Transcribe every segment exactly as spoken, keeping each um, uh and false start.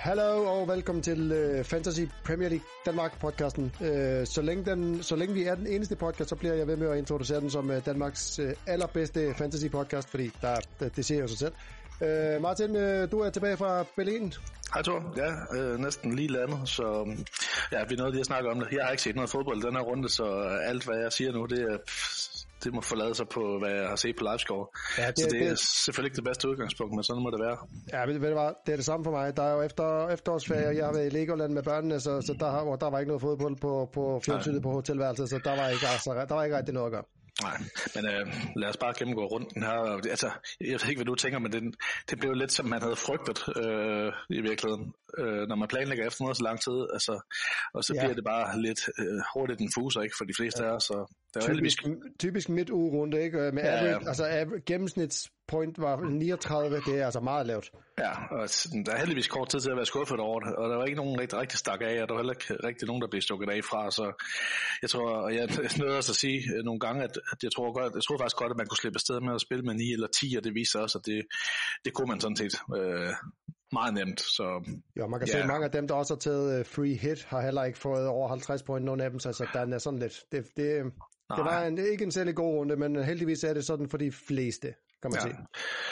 Hallo og velkommen til uh, Fantasy Premier League Danmark podcasten. Uh, så, længe den, så længe vi er den eneste podcast, så bliver jeg ved med at introducere den som uh, Danmarks uh, allerbedste fantasy podcast, fordi der, det, det ser jo sig selv. Uh, Martin, uh, du er tilbage fra Berlin. Hej Thor, ja, øh, næsten lige landet, så ja, vi nåede lige at snakke om det. Jeg har ikke set noget fodbold i den her runde, så alt hvad jeg siger nu, det er... Det må forlade sig på, hvad jeg har set på livescore. Ja, det, så det er det, selvfølgelig ikke det bedste udgangspunkt, men sådan må det være. Ja, ved, ved du hvad, det er det samme for mig. Der er jo efter, efterårsferie, jeg har været i Legoland med børnene, så, så der, har, der var ikke noget fodbold på, på fjernsynet på hotelværelset, så der var ikke, altså, der var ikke rigtig noget at gøre. Nej, men øh, lad os bare gennemgå runden her. Altså, jeg ved ikke, hvad du tænker, men det, det blev lidt, som man havde frygtet øh, i virkeligheden, øh, når man planlægger efter noget så lang tid. Altså, og så ja. bliver det bare lidt øh, hurtigt en fuser, ikke, for de fleste ja. af os. Så det var typisk, typisk midt-ugerunde, ikke? Med average, ja, ja. Altså average, gennemsnitspoint var niogtredive, det er altså meget lavt. Ja, og der er heldigvis kort tid til at være skuffet over det, og der var ikke nogen rigtig, rigtig stak af, og der var heller ikke rigtig nogen, der blev stukket af fra, så jeg tror, og jeg nødt også at sige nogle gange, at, at jeg, tror godt, jeg tror faktisk godt, at man kunne slippe afsted med at spille med ni eller ti, og det viser også, at det, det kunne man sådan set øh, meget nemt. Så, jo, man kan ja. se, mange af dem, der også har taget uh, free hit, har heller ikke fået over halvtreds point, nogen af dem, så den er sådan lidt, det, det, det var en, ikke en særlig god runde, men heldigvis er det sådan for de fleste, kan man ja. sige.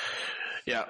Ja.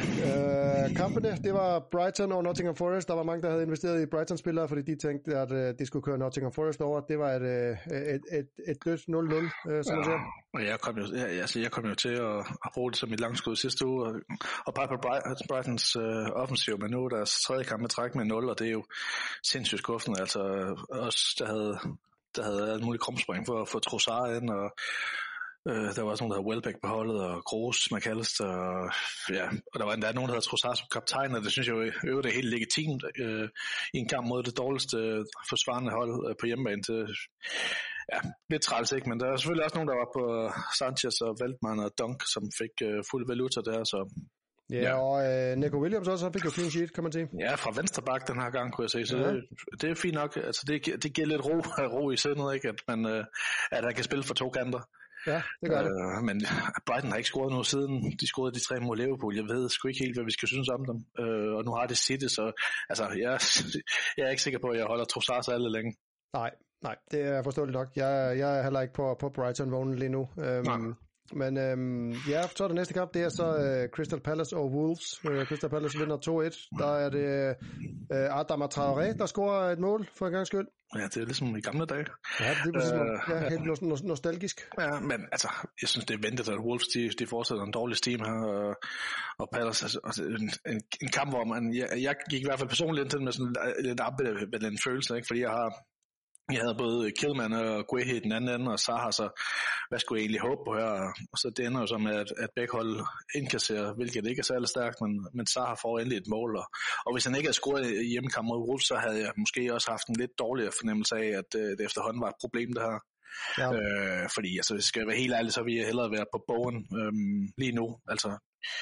Øh, kampene, det var Brighton og Nottingham Forest. Der var mange, der havde investeret i Brighton-spillere, fordi de tænkte, at uh, de skulle køre Nottingham Forest over. Det var et, et, et, et dødt nul nul, uh, som man siger. Og jeg kom jo, jeg, altså, jeg kom jo til at, at bruge det som et langskud sidste uge, og, og pege på Brightons uh, offensiv, men nu er deres tredje kamp med træk med nul, og det er jo sindssygt skuffende. Altså os, der havde, der havde alt muligt krumspring for at få Trossard ind, og Øh, der var også nogen, der havde Welbeck på holdet, og Kroos, McAllister, og, ja, og der var endda nogen, der havde Trossard som kaptajn, og det synes jeg jo øvrigt er helt legitimt øh, i en kamp mod det dårligste forsvarende hold øh, på hjemmebane til, ja, lidt træls, ikke? Men der er selvfølgelig også nogen, der var på Sanchez og Veltman og Dunk, som fik øh, fuld valuta der, så... Ja, ja, og øh, Nico Williams også, han fik jo clean sheet, kan man sige. Ja, fra venstre bak den her gang, kunne jeg sige, så ja. det, det er fint nok, altså det, det giver lidt ro, ro i sindet, ikke? At, man, øh, at han kan spille for to kanter. Ja, det gør det. Øh, men Brighton har ikke scoret noget siden de scorede de tre mod Liverpool. Jeg ved sgu ikke helt, hvad vi skal synes om dem. Øh, og nu har det City, så altså, jeg, jeg er ikke sikker på, at jeg holder Trossard så alle længe. Nej, nej, det er forståeligt nok. Jeg, jeg er heller ikke på, på Brighton-vognen lige nu. Øhm, men øhm, ja, så er det næste kamp, det er så øh, Crystal Palace og Wolves. Øh, Crystal Palace vinder to et. Der er det øh, Adama Traoré, der scorer et mål for en gang skyld. Ja, det er ligesom i gamle dage. Ja, det er præcis, øh, ja, helt no- no- nostalgisk. Ja, men altså, jeg synes, det er ventet, at Wolves, de, de fortsætter en dårlig steam her, og, og Palace, altså, en, en, en kamp, hvor man, jeg, jeg gik i hvert fald personligt ind til med sådan lidt op med den følelse, ikke? Fordi jeg har, jeg havde både Killman og Guehi i den anden ende, og Zaha, så hvad skulle jeg egentlig håbe på her? Og så det ender jo så med, at, at begge hold indkasserer, hvilket ikke er særlig stærkt, men, men Zaha får endelig et mål. Og, og hvis han ikke havde scoret i hjemmekamp mod Wolves, så havde jeg måske også haft en lidt dårligere fornemmelse af, at øh, det efterhånden var et problem, det her. Ja. Øh, fordi, altså, hvis jeg skal være helt ærlig, så vil jeg hellere være på bogen øhm, lige nu. Altså,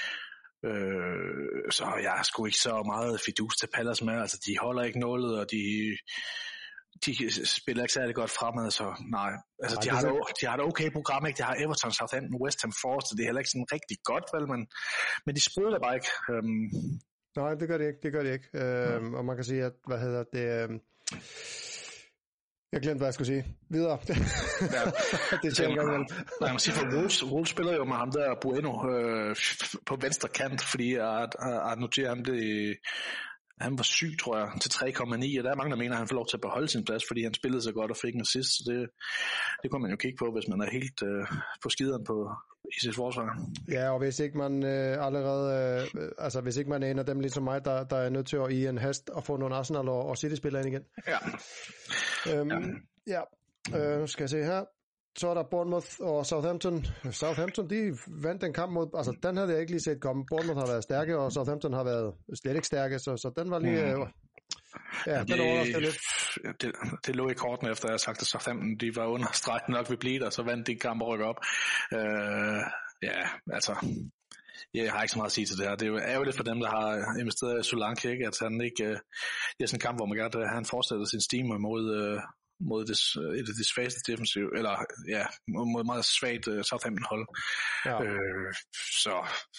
øh, så jeg har sgu ikke så meget fidus til Palace med. Altså, de holder ikke nullet, og de... de spiller ikke særlig godt fremad, så nej. Altså, nej, de, har et, de har et okay program, ikke? De har Everton, Southampton, West Ham Forest, det er heller ikke sådan rigtig godt, vel? Men, men de sprudler bare ikke. Um... Nej, det gør det ikke, det gør det ikke. Øhm, og man kan sige, at, hvad hedder det... Øhm... Jeg glemte, hvad jeg skulle sige. Videre. Ja. Det er sjældent gang imellem. Nej, man siger, for Wolves, Wolves spiller jo med ham der Bueno øh, på venstre kant, fordi at, at notere ham det... Han var syg, tror jeg, til tre komma ni, og der er mange, der mener, at han får lov til at beholde sin plads, fordi han spillede så godt og fik en assist, så det, det kunne man jo kigge på, hvis man er helt øh, på skideren på, i sit forsvar. Ja, og hvis ikke man øh, allerede, øh, altså hvis ikke man er en af dem ligesom mig, der, der er nødt til at i en hast og få nogle Arsenal og, og City-spillere ind igen. Ja. Øhm, ja, ja. Øh, nu skal jeg se her. Så er der Bournemouth og Southampton. Southampton, de vandt den kamp mod... Altså, den havde jeg ikke lige set komme. Bournemouth har været stærke, og Southampton har været slet ikke stærke, så, så den var lige... Mm. Øh, ja, det, den overraskede lidt. Det, det lå i kortene, efter jeg havde sagt, at Southampton, de var under stregen nok ved blive der, så vandt de kamp og rykke op. Øh, ja, altså... Jeg har ikke så meget at sige til det her. Det er jo ærgerligt for dem, der har investeret i Solanke, ikke? At han ikke... Øh, det er sådan en kamp, hvor man gerne... Han fortsætter sin steam mod... Øh, mod det, et af de svageste defensive, eller ja, mod et meget svagt uh, Southampton-hold. Ja. Øh, så,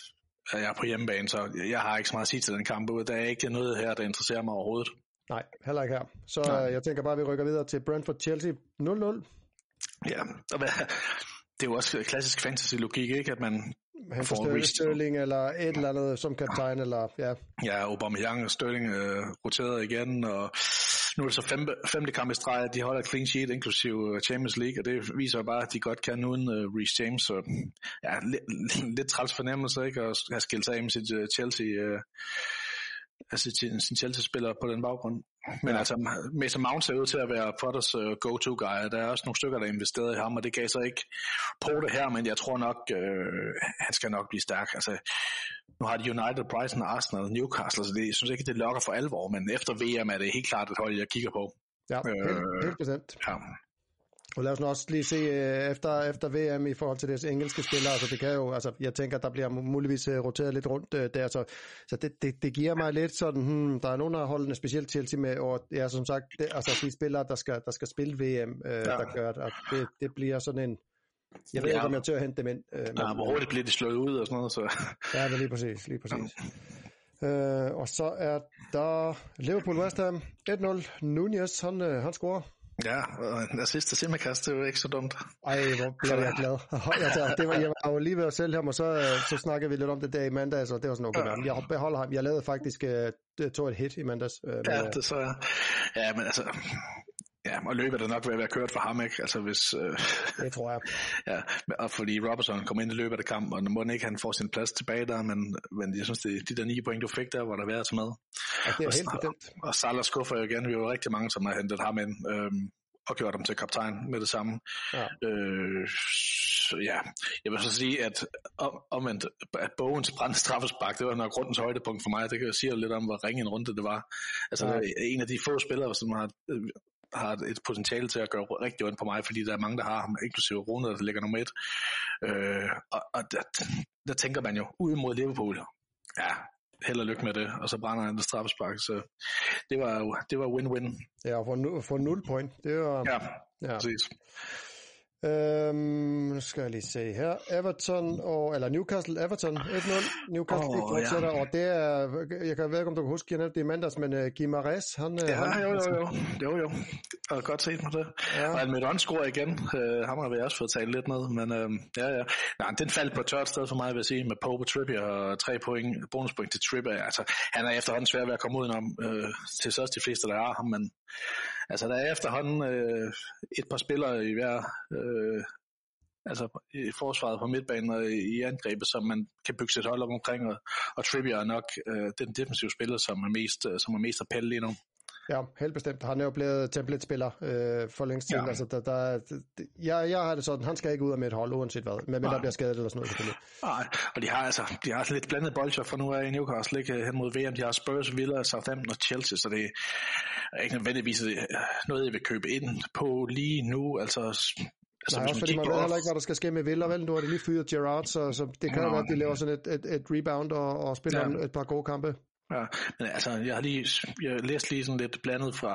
jeg er på hjemmebane, så jeg har ikke så meget at sige til den kamp. Der er ikke noget her, der interesserer mig overhovedet. Nej, heller ikke her. Så Nej. jeg tænker bare, at vi rykker videre til Brentford-Chelsea nul nul. Ja, og hvad, det er jo også klassisk fantasy-logik, ikke? At man han får Sterling eller et eller andet som kaptajn, eller ja. Ja, Aubameyang og Sterling øh, roteret igen, og nu er det så femte, femte kamp i streg, at de holder clean sheet, inklusive Champions League, og det viser bare, at de godt kan uden uh, Reece James, så ja, lidt, lidt træls fornemmelse, ikke? At have skilt sig af med sit uh, Chelsea, uh, altså sin, sin Chelsea-spiller på den baggrund. Men ja. altså, Mason Mount ser ud til at være Potters uh, go-to-guy, der er også nogle stykker, der er investeret i ham, og det gav så ikke på det her, men jeg tror nok, uh, han skal nok blive stærk. Altså, nu har de United, Brighton, Arsenal og Newcastle, så det, jeg synes ikke, det lokker for alvor, men efter V M er det helt klart et hold, jeg kigger på. Ja, helt, øh, helt bestemt. Ja. Og lad os nu også lige se øh, efter, efter V M i forhold til deres engelske spillere, altså det kan jo, altså jeg tænker, der bliver muligvis uh, roteret lidt rundt uh, der, så, så det, det, det giver mig lidt sådan, hmm, der er nogle af holdene, specielt Chelsea med, og ja, som sagt, det, altså de spillere, der skal, der skal spille V M, uh, ja. der gør, at det, det bliver sådan en, jeg ved ja. ikke, om jeg tør at hente dem ind. Uh, men, ja, hvor hurtigt bliver de slået ud og sådan noget, så... Ja, det er lige præcis, lige præcis. Ja. Uh, og så er der Liverpool West Ham et nul, Nunez, han, uh, han scorer. Ja, og en assist til Simicast, det er jo ikke så dumt. Ej, hvor blev jeg glad. Jeg, tager, det var, jeg var jo lige ved at sælge ham, og så, så snakkede vi lidt om det der i mandags, og det var sådan okay. Ja. Jeg beholder ham. Jeg lavede faktisk uh, tog et hit i mandags. Uh, ja, det så jeg. Ja, men altså... Ja, og løbet er nok ved at være kørt for ham, ikke? Altså hvis... Øh, det tror jeg. Ja, og fordi Robertson kom ind i løbet af kampen, og må ikke han får sin plads tilbage der, men, men jeg synes, det de der ni point, du fik der, var der værd til med. Ja, det er og, helt bestemt. Og, og Salah skuffer jo igen. Vi er jo rigtig mange, som har hentet ham ind, øhm, og gjort ham til kaptajn med det samme. Ja. Øh, så ja, jeg vil så sige, at om, omvendt, at Bogens brændte straffespark, det var nok rundens højdepunkt for mig. Det kan jo sige lidt om, hvor ringe en runde det var. Altså, ja. En af de få spillere, som har... har et potentiale til at gøre rigtig ondt på mig, fordi der er mange, der har ham, inklusive Rune, der ligger nummer et. Øh, og og der, der tænker man jo, ud mod Liverpool, ja, held og lykke med det, og så brænder han det straffespark, så det var jo, det var win-win. Ja, og for, for nul point, det var... Ja, ja. Præcis. Øhm, nu skal jeg lige se her. Everton, og, eller Newcastle, Everton et nul. Newcastle oh, fortsætter, ja. Og det er, jeg kan ved ikke, om du kan huske, jeg nævnte det i mandags, men uh, Guimaraes, han... Ja, han, jo, jo, jo, jo, jo. Jeg har godt set med det. Ja. Og Almiron scorer igen. Uh, ham har vi også fået talt lidt med, men uh, ja, ja. Nej, den faldt på et tørt sted for mig, vil jeg sige, med Pope og Trippier og tre point, bonuspoint til Trippier. Altså, han er efterhånden svær ved at komme udenom, uh, til så de fleste, der er ham, men altså, der er efterhånden uh, et par spillere i hver... Uh, altså i forsvaret på midtbanen og i angrebet, som man kan bygge sit hold op omkring, og, og Trippier er nok øh, den defensive spiller, som er mest, øh, som er mest appel lige nu. Ja, helt bestemt. Han er jo blevet template-spiller øh, for længst siden. Ja. Altså, der, der, jeg, jeg har det sådan, han skal ikke ud af med et hold, uanset hvad, men der bliver skadet eller sådan noget selvfølgelig. Nej, og de har altså de har lidt blandet bolcher fra nu af i Newcastle, ikke hen mod V M. De har Spurs, Villa, Southampton og Chelsea, så det er ikke nødvendigvis noget, jeg vil købe ind på lige nu. Altså, Altså, nej, også fordi man ved heller ikke, hvad der skal ske med Villa, vel? Nu har de lige fyret Gerrard, så, så det kan jo være, at de laver sådan et, et, et rebound og, og spiller ja. et par gode kampe. Ja, men altså, jeg har lige jeg læst lige sådan lidt blandet fra,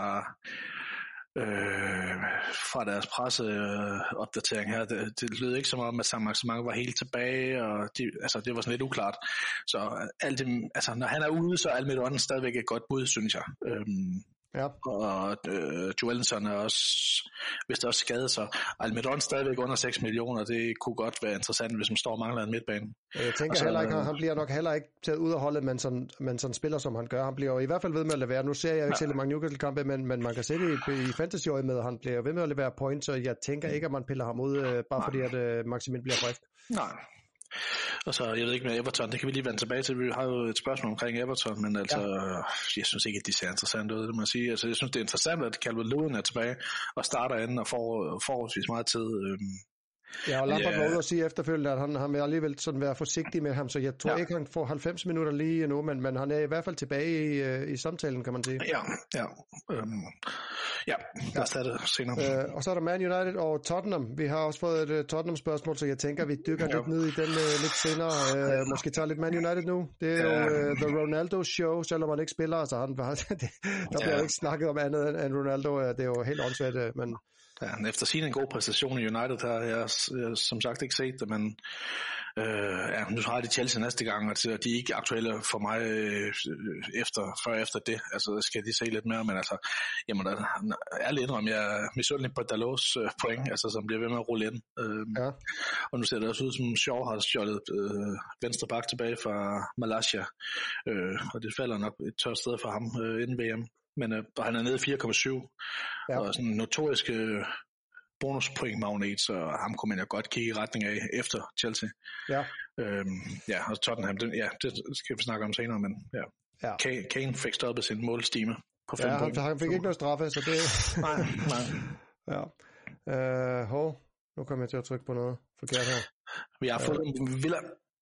øh, fra deres presseopdatering her. Det, det lød ikke som om, at Saint-Maximin var helt tilbage, og de, altså, det var sådan lidt uklart. Så alt det, altså, når han er ude, så er Almiron stadigvæk et godt bud, synes jeg. Øhm, Ja. Og øh, Joelinton er også, hvis der også skadet sig. Almiron stadigvæk under seks millioner, det kunne godt være interessant, hvis man står og mangler en midtbane. Jeg tænker så, heller ikke, han, han bliver nok heller ikke taget ud af holdet, men sådan, men sådan spiller, som han gør. Han bliver jo i hvert fald ved med at levere. Nu ser jeg jo ikke ja. selv mange Newcastle-kampe, men, men man kan se det i, i fantasy-øje med, at han bliver ved med at levere points, og jeg tænker ikke, at man piller ham ud, øh, bare Nej. fordi at øh, Maximin bliver frisk. Nej. Og så, jeg ved ikke med Everton, det kan vi lige vende tilbage til. Vi har jo et spørgsmål omkring Everton, men altså, ja. jeg synes ikke, at de ser interessant ud, det må jeg sige. Altså, jeg synes, det er interessant, at Calvert-Lewin er tilbage og starter anden og får forholdsvis meget tid. Øhm, Ja, og Lampard ja. var ude og sige efterfølgende, at han, han vil alligevel sådan være forsigtig med ham, så jeg tror ja. ikke, han får halvfems minutter lige nu, men, men han er i hvert fald tilbage i, i samtalen, kan man sige. Ja, ja. Øhm, ja, lad os tage det senere. Øh, og så er der Man United og Tottenham. Vi har også fået et uh, Tottenham-spørgsmål, så jeg tænker, vi dykker ja. lidt ned i den uh, lidt senere. Uh, ja. Måske tager lidt Man United nu. Det er ja. jo uh, The Ronaldo Show, selvom han ikke spiller. Altså, han, det, der bliver ja. ikke snakket om andet end Ronaldo. Det er jo helt åndssvagt, men... ja, efter sin en god præstation i United her, jeg har som sagt ikke set det, men øh, ja, nu har de Chelsea næste gang, og de er ikke aktuelle for mig øh, efter, før efter det, altså skal de se lidt mere, men altså, jamen, ærligt indrømme, jeg er misundelig på Dalos øh, point, altså som bliver ved med at rulle ind, øh, ja. Og nu ser det også ud som Shaw har stjålet øh, venstre bak tilbage fra Malaysia, øh, og det falder nok et tørt sted for ham øh, inden V M. Men øh, han er nede i fire komma syv, ja. Og sådan en notorisk øh, bonuspoint-magnet, så ham kunne man jo godt kigge i retning af efter Chelsea. Ja, øhm, ja og Tottenham, det, ja, det skal vi snakke om senere, men ja. Ja. Kane, Kane fik stoppet sin målstime på fem ja, point. Ja, han fik ikke noget straffe, så det... nej, nej. Ja. Uh, hov, nu kommer jeg til at trykke på noget forkert her. Vi har Fulham uh, Villa.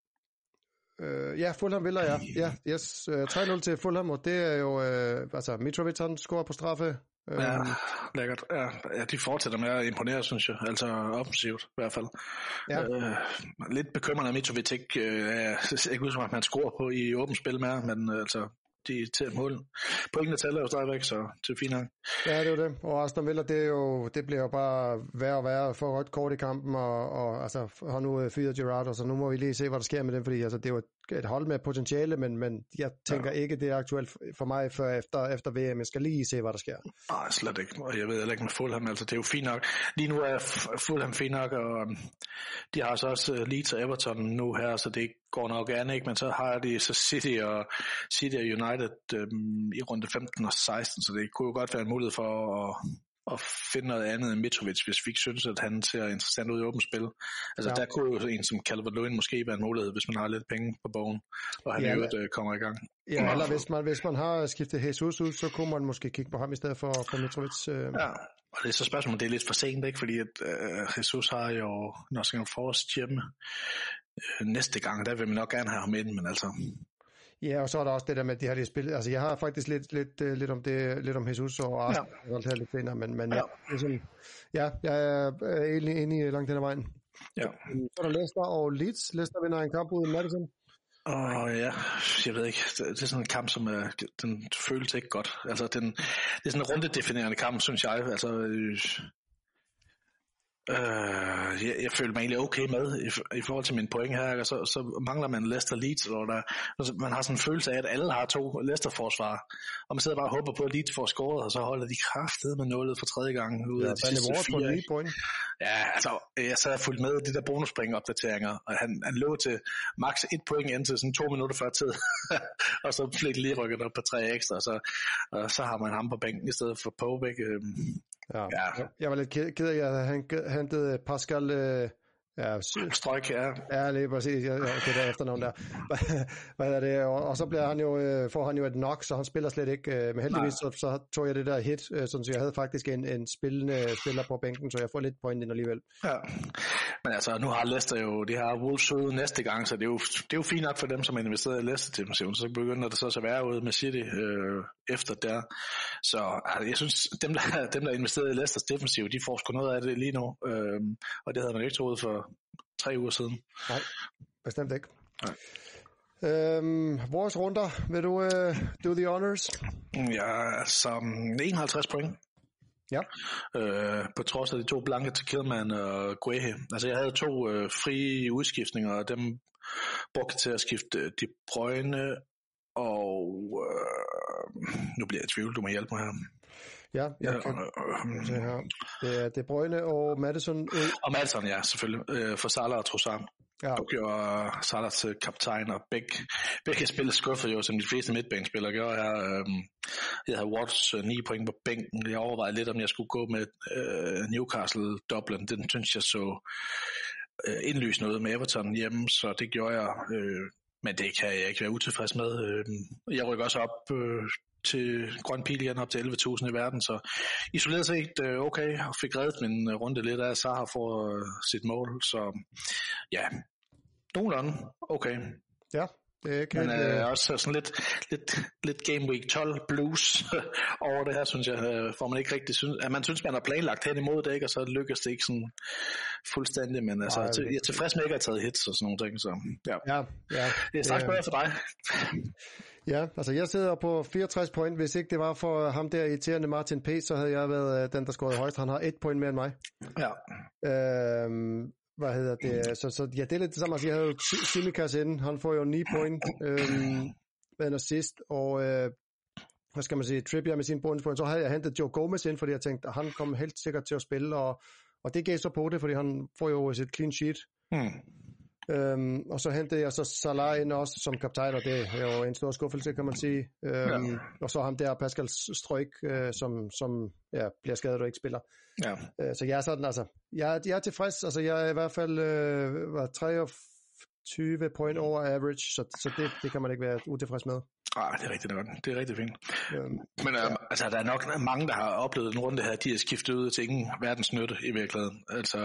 Uh, ja, Fulham Villa, ja. ja yes, uh, tre nul til Fulham, og det er jo, uh, altså, Mitrovic han scorer på straffe. Ja, lækkert. Ja, ja, de fortsætter med at imponere, synes jeg. Altså offensivt i hvert fald. Ja. Øh, lidt bekymrende, at Mitrovic ikke øh, er ikke ud som, at man scorer på i åbent spil mere, men øh, altså, de til mål. Pointene tæller jo stadigvæk, så til fint nok. Ja, det er jo det. Og Aston Villa, det, er jo, det bliver jo bare værre og værre for rødt kort i kampen, og, og altså, har nu fyret Gerrard, og så nu må vi lige se, hvad der sker med dem, fordi altså, det er jo et hold med potentiale, men, men jeg tænker ja. ikke, det er aktuelt for mig for efter, efter V M. Jeg skal lige se, hvad der sker. Nej, slet ikke. Og jeg ved heller ikke med Fulham, altså det er jo fint nok. Lige nu er Fulham fint nok, og um, de har så også uh, Leeds og Everton nu her, så det går nok gerne, ikke? Men så har de så City og City og United um, i runde femten og seksten, så det kunne jo godt være en mulighed for at og finde noget andet end Mitrovic, hvis vi ikke synes, at han ser interessant ud i åbent spil. Altså ja. Der kunne jo en som Calvert-Lewin måske være en mulighed, hvis man har lidt penge på bogen, og han ja, jo øh, kommer i gang. Ja, eller hvis man, hvis man har skiftet Jesus ud, så kunne man måske kigge på ham i stedet for, for Mitrovic. Øh. Ja, og det er så spørgsmålet, det er lidt for sent, ikke? Fordi at øh, Jesus har jo Nottingham Forest hjemme øh, næste gang, der vil man nok gerne have ham ind, men altså... Ja, og så er der også det der med, at de har lige spillet. Altså, jeg har faktisk lidt, lidt, lidt om det, lidt om Jesus og Arsenal, ja. Her lidt senere, men, men ja. Ja, det er sådan, ja, jeg er egentlig inde i langt den ad vejen. Ja. Så er der Leicester og Leeds. Leicester vinder en kamp ud i Madison. Åh oh, ja, jeg ved ikke, det, det er sådan en kamp, som er, den føles ikke godt. Altså, den, det er sådan en rundedefinerende kamp, synes jeg. Altså, øh, Uh, jeg, jeg føler mig egentlig okay med i, i forhold til mine point her, og så, så mangler man Leicester Leeds, og der, altså, man har sådan en følelse af, at alle har to Leicester-forsvar, og man sidder bare og håber på, at Leeds får scoret, og så holder de kraftedeme med nullet for tredje gang ud ja, af de sidste fire. Point. Ja, altså, jeg sad og fulgt med de der bonuspoint-opdateringer, og han, han lå til max et point indtil sådan to minutter før tid, og så blev det lige rykket op på tre ekstra, og så, og så har man ham på bænken i stedet for Pope, ikke? Ja. Ja. Jeg var lidt ked af, at han hentede Pascal øh, ja, Strøjk, ja. Ja, lige præcis. Ja, det der efternavn der. Hvad er det? Og, og så bliver han jo, øh, får han jo et knock, så han spiller slet ikke. Øh, men heldigvis så, så tog jeg det der hit, øh, sådan, så jeg havde faktisk en, en spillende spiller på bænken, så jeg får lidt point ind alligevel. Ja. Men altså, nu har Leicester jo, de har Wolves ude næste gang, så det er jo, det er jo fint nok for dem, som har investeret i Leicester-defensiven. Så begynder det så at være ude med City øh, efter der. Så altså, jeg synes, dem der, dem, der har investeret i Leicesters defensiv, de får sgu noget af det lige nu. Øh, og det havde man ikke troet for tre uger siden. Nej, bestemt ikke. Nej. Øhm, vores runder, vil du uh, do the honors? Ja, altså enoghalvtreds point. Ja. Øh, på trods af de to blanke til Killman og Guehi. Altså jeg havde to øh, frie udskiftninger, og dem brugte til at skifte De Bruyne og øh, nu bliver jeg i tvivl, du må hjælpe mig her. Ja, jeg kan øh, se her. Det er De Bruyne og Maddison ud. Og Maddison, ja, selvfølgelig. Øh, for Salah og Trossard. Ja. Du gjorde Salah til kaptajn, og begge, begge spillede skuffet jo, som de fleste midtbanespillere gjorde her. Øhm, jeg havde Watts øh, ni point på bænken. Jeg overvejede lidt, om jeg skulle gå med øh, Newcastle Dublin. Den synes jeg så øh, indlysende noget med Everton hjemme, så det gjorde jeg. Øh, men det kan jeg ikke være utilfreds med. Øh, jeg rykker også op øh, til grøn pil igen op til elleve tusind i verden, så isoleret set øh, okay, og fik reddet min øh, runde lidt af Zaha for øh, sit mål, så ja, nogenlunde okay. Ja, det kan men øh, også sådan lidt, lidt, lidt Game Week tolv blues over det her, synes jeg, øh, for man ikke rigtig synes, at man synes, man har planlagt hen imod det, ikke, og så lykkes det ikke sådan fuldstændig, men altså, Nej, jeg er tilfreds med ikke at have taget hits og sådan nogle ting, så ja. Ja, ja. Det er straks bedre for dig. Ja, altså jeg sidder på fireogtres point. Hvis ikke det var for ham der irriterende Martin P., så havde jeg været den, der scorede højst. Han har et point mere end mig. Ja. Øhm, hvad hedder det? Så, så ja, det er lidt det samme. Altså, jeg havde jo Tsimikas inden. Han får jo ni point øhm, med en assist, og øh, hvad skal man sige, Trippier med sin bonuspoint. Så havde jeg hentet Joe Gomez ind, fordi jeg tænkte, at han kom helt sikkert til at spille, og, og det gav så på det, fordi han får jo sit clean sheet. Hmm. Øhm, og så hentede jeg så Salah ind også som kaptajn, og det er jo en stor skuffelse, kan man sige. Øhm, ja. Og så ham der, Pascal Strøjk, øh, som, som ja, bliver skadet og ikke spiller. Ja. Øh, så jeg er sådan, altså, jeg, jeg er tilfreds. Altså, jeg er i hvert fald øh, var treogtyve point over average, så, så det, det kan man ikke være utilfreds med. Ah, det er rigtig godt. Det er rigtig fint. Øhm, Men øh, ja. altså, der er nok mange, der har oplevet en runde her, de har skiftet ud til ingen verdens nytte i virkeligheden. Altså,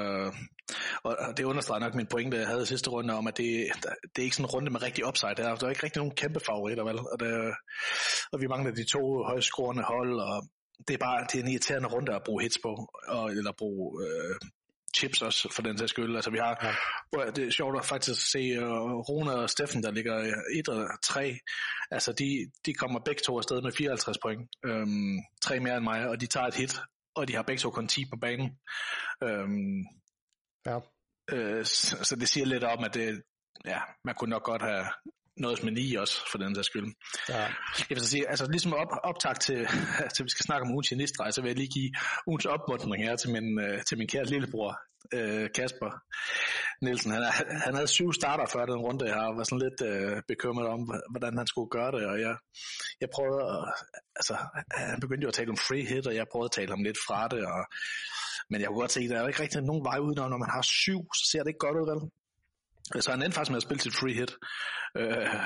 og det understreger nok min pointe, jeg havde i sidste runde om, at det, det er ikke sådan en runde med rigtig upside. Der er, der er ikke rigtig nogen kæmpe favoritter, vel? Og, der, og vi mangler de to højscorende hold, og det er bare det er en irriterende runde at bruge hits på, og, eller bruge øh, chips også, for den sags skyld. Altså, vi har, ja. Det er sjovt at faktisk se uh, Rune og Steffen, der ligger et og tre. Altså, de, de kommer begge to afsted med fireoghalvtreds point. Øhm, tre mere end mig, og de tager et hit, og de har begge to kun ti på banen. Øhm, ja. øh, så, så det siger lidt om, at det, ja, man kunne nok godt have noget med ni også, for den der skyld. Ja. Jeg vil så sige, altså ligesom op, optag til, til vi skal snakke om ugens genistdrej, så vil jeg lige give ugens opmuntring her til min, uh, til min kære lillebror, uh, Kasper Nielsen. Han, han havde syv starter før den runde her, og var sådan lidt uh, bekymret om, hvordan han skulle gøre det, og jeg, jeg prøvede at, altså, han begyndte jo at tale om free hit, og jeg prøvede at tale ham lidt fra det, og, men jeg kunne godt se, at der er jo ikke rigtig nogen vej udenom, når man har syv, så ser det ikke godt ud, vel? Så han endte faktisk med at spille sit free hit, øh,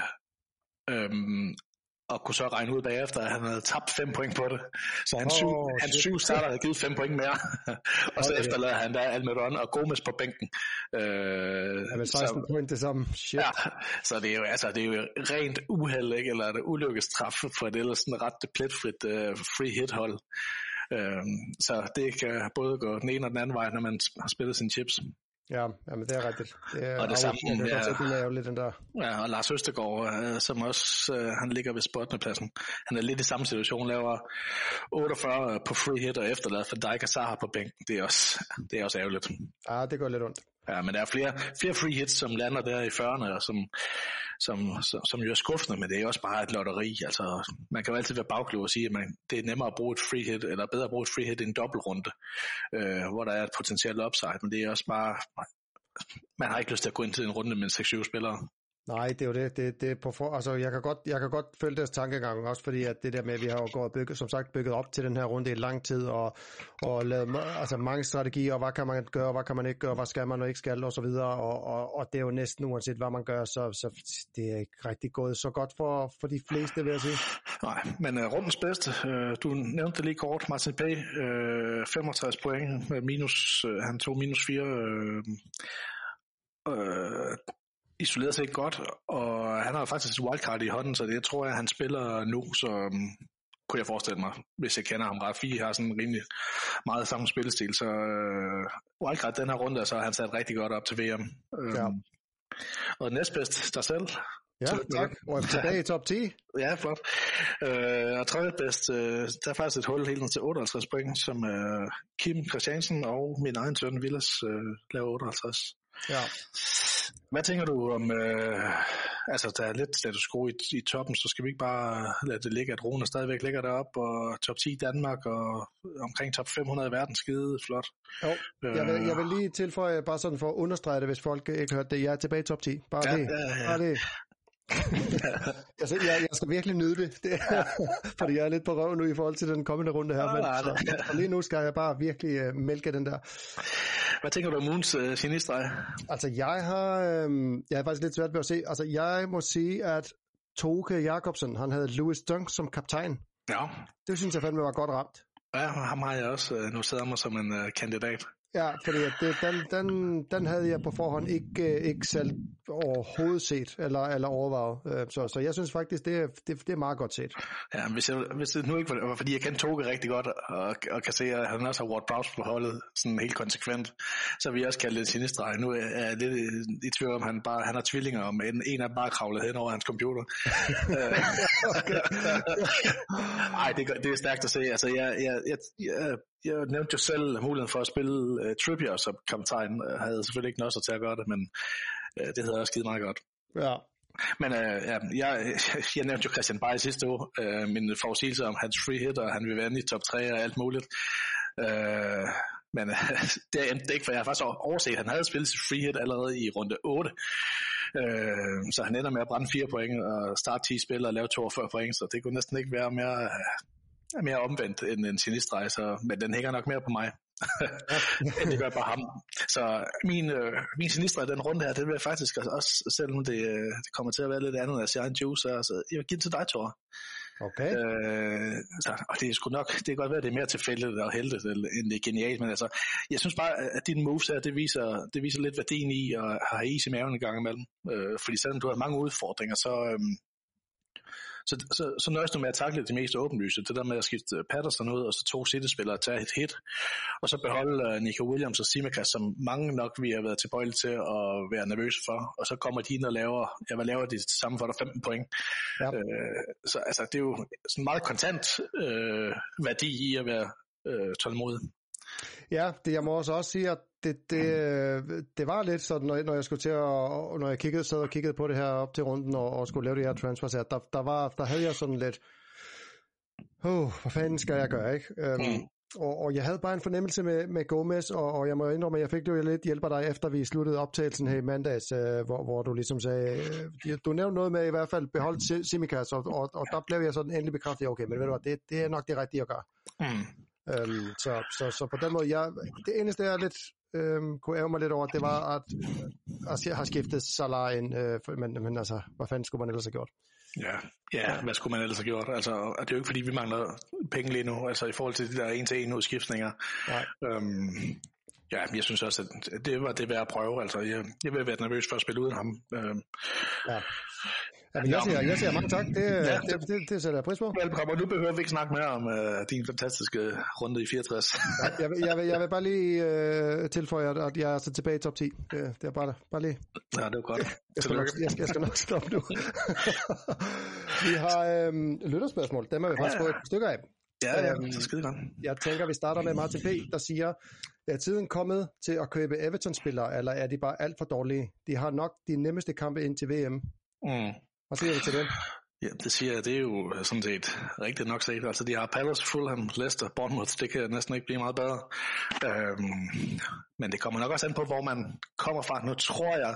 øhm, og kunne så regne ud bagefter, at han havde tabt fem point på det. Så han, oh, syv, han syv starter havde givet fem point mere, og så okay. efterlader han der Almiron og Gomez på bænken. Øh, ja, men seksten så, point det samme. Shit. Ja, så det er jo, altså, det er jo rent uheld, ikke? Eller et ulykkestræf for et ellers sådan ret pletfrit uh, free hit hold. Øh, så det kan både gå den ene og den anden vej, når man har spillet sine chips. Ja, jamen det er rigtigt. Det er, og det samme med, ja, lidt den der. Ja, og Lars Østergaard, øh, som også, øh, han ligger ved spottende-pladsen. Han er lidt i samme situation, laver otteogfyrre på free hit og efterlader for Dijk og Zaha på bænken. Det er også, det er også ærgerligt. Ja, det går lidt ondt. Ja, men der er flere, flere free hits, som lander der i fyrrerne, og som, som, som, som jo er skuffende, men det er også bare et lotteri. Altså, man kan jo altid være bagklog og sige, at man, det er nemmere at bruge et free hit, eller bedre at bruge et free hit i en dobbeltrunde, øh, hvor der er et potentielt upside, men det er også bare, man har ikke lyst til at gå ind til en runde med seks syv spillere. Nej, det er jo det. det, det er på for, altså, jeg, kan godt, jeg kan godt følge deres tankegang, også fordi at det der med, at vi har jo gået bygget, som sagt bygget op til den her runde i lang tid, og, og lavet altså, mange strategier, og hvad kan man gøre, hvad kan man ikke gøre, hvad skal man og ikke skal, og så videre, og, og, og det er jo næsten uanset, hvad man gør, så, så det er ikke rigtig gået så godt for, for de fleste, vil jeg sige. Nej, men uh, rundens bedste, uh, du nævnte det lige kort, Martin P., uh, femogtres point, med minus, uh, han tog minus fire, uh, uh, isoleret sig godt, og han har faktisk et wildcard i hånden, så det jeg tror jeg, han spiller nu, så um, kunne jeg forestille mig, hvis jeg kender ham ret. Fie har sådan rimelig meget samme spillestil, så uh, wildcard den her runde, så har han sat rigtig godt op til V M. Um, ja. Og næstbedst dig selv. Ja, tak. Og er tilbage i top ti. Ja, flot. Uh, og tredje bedst, uh, der er faktisk et hul helt ned til otteoghalvtreds point, som uh, Kim Christiansen og min egen søn Villas uh, laver otteoghalvtreds. Ja. Hvad tænker du om, øh, altså der er lidt status quo i, i toppen, så skal vi ikke bare lade det ligge, at Rune stadigvæk ligger deroppe, og top ti Danmark, og omkring top fem hundrede i verden, skide flot. Jo, jeg vil, jeg vil lige tilføje, bare sådan for at understrege det, hvis folk ikke hørte det, jeg er tilbage i top ti. Bare ja, det. Ja, ja. Bare det. jeg, jeg, jeg skal virkelig nyde det, det er, fordi jeg er lidt på røv nu i forhold til den kommende runde her, men så, og lige nu skal jeg bare virkelig uh, mælke den der. Hvad tænker du om ugens uh, genistrej? Altså jeg har øh, jeg er faktisk lidt svært ved at se, altså jeg må sige, at Toke Jacobsen, han havde Louis Dunk som kaptajn. Ja. Det synes jeg fandme var godt ramt. Ja, ham har jeg også uh, noteret mig som en uh, kandidat. Ja, fordi det, den, den, den havde jeg på forhånd ikke, ikke selv overhovedet set, eller, eller overvejet. Så, så jeg synes faktisk, det er, det, det er meget godt set. Ja, hvis, jeg, hvis det nu ikke var, fordi jeg kender Toge rigtig godt, og, og kan se, at han også har Ward Prowse på holdet, sådan helt konsekvent, så vil jeg også kalde det en genistreg. Nu er jeg lidt i, i tvivl om, han bare han har tvillinger, om en, en af dem bare kravlet hen over hans computer. Nej, det, det er stærkt at se. Altså, jeg, jeg, jeg, jeg, jeg nævnte jo selv muligheden for at spille uh, Trippier som kaptajn. Jeg havde selvfølgelig ikke noget til at gøre det, men uh, det havde også givet meget godt. Ja. Men uh, ja, jeg, jeg nævnte jo Christian Bay sidste uge. Uh, min forudsigelse om hans free hit, og han vil være i top tre og alt muligt. Uh, men uh, det endte ikke, for jeg har faktisk overset, at han havde spillet sit free hit allerede i runde otte. Uh, så han ender med at brænde fire point og starte ti spil og lave toogfyrre point, så det kunne næsten ikke være mere... Uh, er mere omvendt end en genistreg, så, men den hænger nok mere på mig, end det gør på ham. Så min, øh, min genistreg i den runde her, det vil jeg faktisk også, selvom det, det kommer til at være lidt andet af sin egen juice, altså, jeg vil give det til dig, Thor. Okay. Øh, så, og det er sgu nok, det kan godt være, at det er mere tilfældigt og heldigt, end det er genialt, men altså, jeg synes bare, at dine moves her, det viser, det viser lidt værdien i at have is i maven en gang imellem. Øh, fordi selvom du har mange udfordringer, så... Øh, Så, så, så nøjes du med at takle det mest åbenlyse, det der med at skifte Patterson ud, og så to City-spillere tage et hit, og så beholde uh, Nico Williams og Tsimikas, som mange nok vi har været tilbøjelige til at være nervøse for, og så kommer de ind og laver, jeg vil lave de sammen for dig femten point. Ja. Øh, så altså, det er jo sådan meget kontant øh, værdi i at være øh, tålmodig. Ja, det jeg må også, også sige, at det, det, det var lidt sådan, når, når jeg skulle til at, når jeg kiggede, sad og kiggede på det her op til runden, og, og skulle lave det her transfers her, der, der, var, der havde jeg sådan lidt, åh, oh, hvad fanden skal jeg gøre, ikke? Um, og, og jeg havde bare en fornemmelse med, med Gomez, og, og jeg må indrømme, at jeg fik det jo lidt hjælp af dig, efter vi sluttede optagelsen her i mandags, uh, hvor, hvor du ligesom sagde, uh, du nævnte noget med i hvert fald beholdt Tsimikas, og, og, og der blev jeg sådan endelig bekræftet, okay, men ved du hvad, det, det er nok det rigtige at gøre. Mm. Um, så, så, så på den måde, jeg, det eneste jeg lidt um, kunne ære mig lidt over, det var at, at jeg har skiftet Salah ind, uh, men, men altså, hvad fanden skulle man ellers have gjort? Ja, ja, hvad skulle man ellers have gjort? Altså, det er jo ikke fordi, vi mangler penge lige nu, altså i forhold til de der en-til-en udskiftninger. Nej. Um, ja, jeg synes også, at det var det værd at prøve, altså jeg, jeg vil være nervøs for at spille uden ham. Um, ja. Ja, jeg, siger, jeg siger mange tak, det, ja, det, det, det, det sætter jeg pris på. Velbekomme, og nu behøver vi ikke snakke mere om uh, din fantastiske runde i fireogtres. Ja, jeg, vil, jeg, vil, jeg vil bare lige uh, tilføje, at jeg er så tilbage i top ti. Det, det er bare, bare lige. Ja, det er godt. Jeg skal, nok, jeg, skal, jeg skal nok stoppe nu. Vi har øhm, lytterspørgsmål, dem har vi faktisk ja, fået et stykker af. Ja, ja, øhm, så skide godt. Jeg tænker, vi starter med Martin P., der siger, er tiden kommet til at købe Everton-spillere, eller er de bare alt for dårlige? De har nok de nemmeste kampe ind til V M. Mm. Hvad siger du til det? Ja, det siger jeg, det er jo sådan set rigtigt nok set. Altså, de har Palace, Fulham, Leicester, Bournemouth, det kan næsten ikke blive meget bedre. Øhm, men det kommer nok også an på, hvor man kommer fra. Nu tror jeg,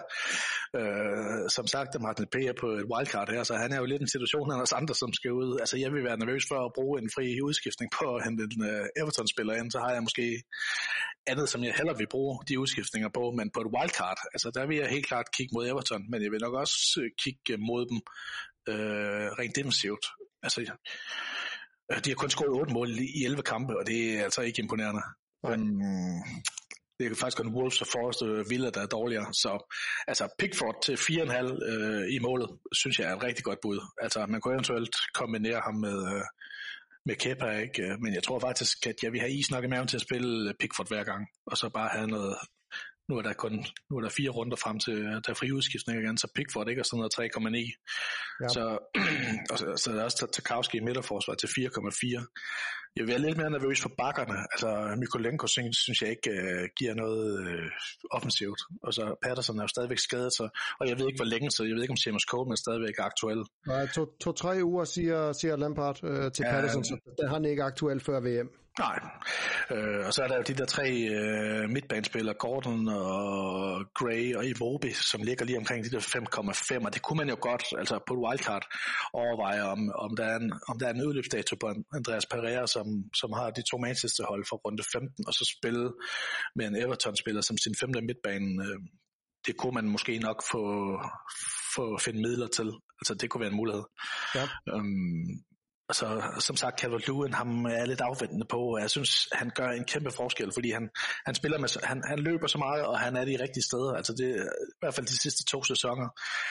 øh, som sagt, at Martin P. er på et wildcard her, så han er jo lidt en situation, han har andre, som skal ud. Altså, jeg vil være nervøs for at bruge en fri udskiftning på at hente en uh, Everton-spiller ind, så har jeg måske andet, som jeg hellere vil bruge de udskiftninger på, men på et wildcard, altså der vil jeg helt klart kigge mod Everton, men jeg vil nok også kigge mod dem øh, rent defensivt. Altså, de har kun scoret otte mål i elleve kampe, og det er altså ikke imponerende. Um, det er faktisk kun Wolves og Forest og Villa, der er dårligere. Så altså Pickford til fire komma fem øh, i målet, synes jeg er et rigtig godt bud. Altså man kunne eventuelt kombinere ham med, øh, med Kepa, ikke? Men jeg tror faktisk, at jeg vil have is nok i maven til at spille Pickford hver gang, og så bare have noget. Nu er der kun nu er der fire runder frem til der er fri udskiftning igen, så Pickford ikke er sådan noget tre komma ni. Ja. Så, og så, så er der også Tarkowski i midterforsvar til fire komma fire. Jeg vil være lidt mere nervøs for bakkerne. Altså Mykolenko synes jeg ikke uh, giver noget uh, offensivt. Og så Patterson er jo stadigvæk skadet, så, og jeg ved ikke hvor længe, så jeg ved ikke om Seamus Coleman er stadigvæk aktuel. Nej, to, to tre uger siger, siger Lampard uh, til ja, Patterson, så den har han ikke aktuel før V M. Nej, øh, og så er der jo de der tre øh, midtbanespillere, Gordon og Gray og Iwobi, som ligger lige omkring de der fem komma fem, og det kunne man jo godt, altså på et wildcard, overveje, om, om, der er en, om der er en udløbsdato på Andreas Pereira, som, som har de to Manchester-hold fra runde femten, og så spille med en Everton-spiller som sin femte midtbane. Øh, det kunne man måske nok få, få finde midler til, altså det kunne være en mulighed. Ja. Um, altså, som sagt, Calvert-Lewin, ham er lidt afventende på, og jeg synes, han gør en kæmpe forskel, fordi han, han spiller med, han, han løber så meget, og han er de rigtige steder, altså det er i hvert fald de sidste to sæsoner.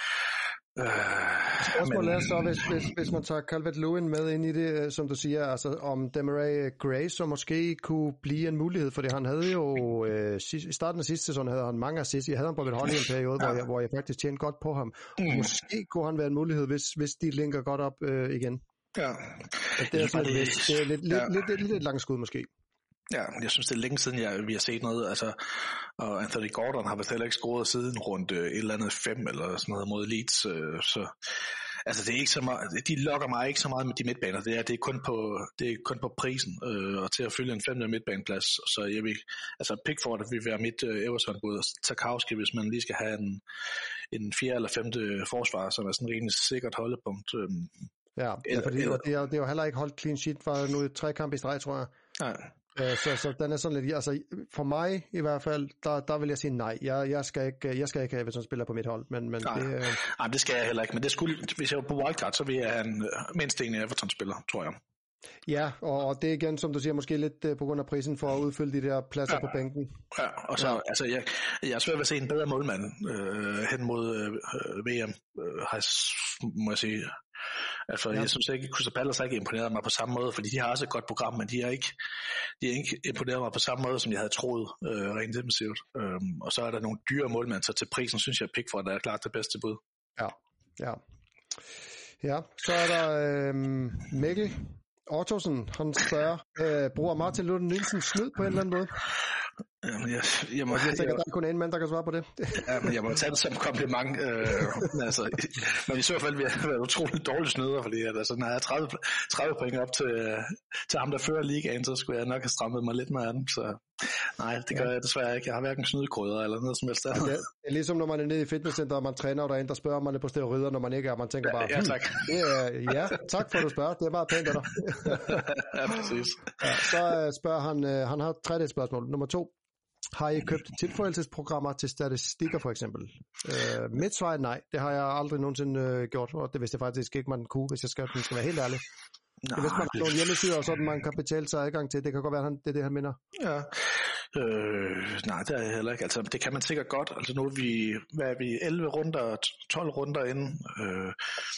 Øh, Spørgsmålet er så, hvis, hvis, hvis man tager Calvert-Lewin med ind i det, som du siger, altså om Demarai Gray, så måske kunne blive en mulighed, fordi han havde jo, øh, i starten af sidste sæson havde han mange assists, jeg havde ham på mit hold i en periode, ja. hvor, jeg, hvor jeg faktisk tjente godt på ham. Mm. Måske kunne han være en mulighed, hvis, hvis de linker godt op øh, igen. Ja. Det er, sådan, det, det er lidt, lidt, ja. lidt, lidt, lidt, lidt langt skud måske. Ja, jeg synes, det er længe siden, jeg, vi har set noget, altså, og Anthony Gordon har vist heller ikke scoret siden rundt øh, et eller andet fem, eller sådan noget mod Leeds, øh, så, altså, det er ikke så meget, de lokker mig ikke så meget med de midtbaner, det er, det er kun på, det er kun på prisen, øh, og til at fylde en femte midtbaneplads, så jeg vil, altså, Pickford vil være mit øh, Everton-bud, og Tarkowski, hvis man lige skal have en, en fjerde eller femte forsvar, som er sådan en rimelig sikkert holdepunkt. Øh, ja, ja, fordi eller, det, er, det er jo heller ikke holdt clean sheet for nu i tre kampe i streg, tror jeg. Nej. Så, så den er sådan lidt, altså for mig i hvert fald, der, der vil jeg sige nej. Jeg, jeg, skal ikke, jeg skal ikke have, hvis han spiller på mit hold. Men, men nej. Det, øh... nej, det skal jeg heller ikke. Men det skulle, hvis jeg var på wildcard, så vil jeg have en mindst en Everton-spiller, tror jeg. Ja, og, og det er igen, som du siger, måske lidt uh, på grund af prisen for at udfylde de der pladser ja. på bænken. Ja, og så, ja. altså, jeg, jeg er svært ved at se en bedre målmand øh, hen mod øh, V M, øh, må jeg sige. Altså, ja. Jeg synes ikke, Crystal Palace har ikke imponeret mig på samme måde, fordi de har også et godt program, men de har ikke, de har ikke imponeret mig på samme måde, som jeg havde troet, øh, rent defensivt. Øhm, og så er der nogle dyre målmænd, så til prisen synes jeg, at Pickford er klart det bedste bud. Ja, ja. Ja, så er der øh, Mikkel Ottosen, han spørger, øh, bruger Martin Luther Nielsen snyd på en eller anden måde? Jamen, jeg, jeg, må, jeg tænker, jeg, der er kun en mand, der kan svare på det. Ja, men jeg må tage det som kompliment. Øh, altså, men i så fald vil jeg være utroligt dårlig snyder, fordi at, altså, når jeg er tredive, tredive point op til, til ham, der fører ligaen, så skulle jeg nok have strammet mig lidt med af dem. Så nej, det gør ja. jeg desværre ikke. Jeg har hverken snydkrydder eller noget som helst. Ja, det er ligesom når man er nede i fitnesscenter, og man træner, og der er en, der spørger, om man er på steroider, når man ikke er, og man tænker bare, ja, tak. Det er, ja, tak for at du spørger. Det er meget pænt af dig. Ja, præcis. Ja, så spørger han, han har tre dage spørgsmål. Nummer to. Har I købt tilføjelsesprogrammer til statistikker for eksempel? Øh, mit svar er nej. Det har jeg aldrig nogensinde øh, gjort, og det vidste jeg faktisk ikke, man kunne, hvis jeg skal, skal være helt ærlig. Nej, hvis man har nogle hjemmesider, og sådan man kan betale sig adgang til, det kan godt være, det er det, han mener. Ja. Øh, nej, det er jeg heller ikke. Altså, det kan man sikkert godt. Altså, nu er vi, hvad er vi, elleve runder, tolv runder inde. Øh,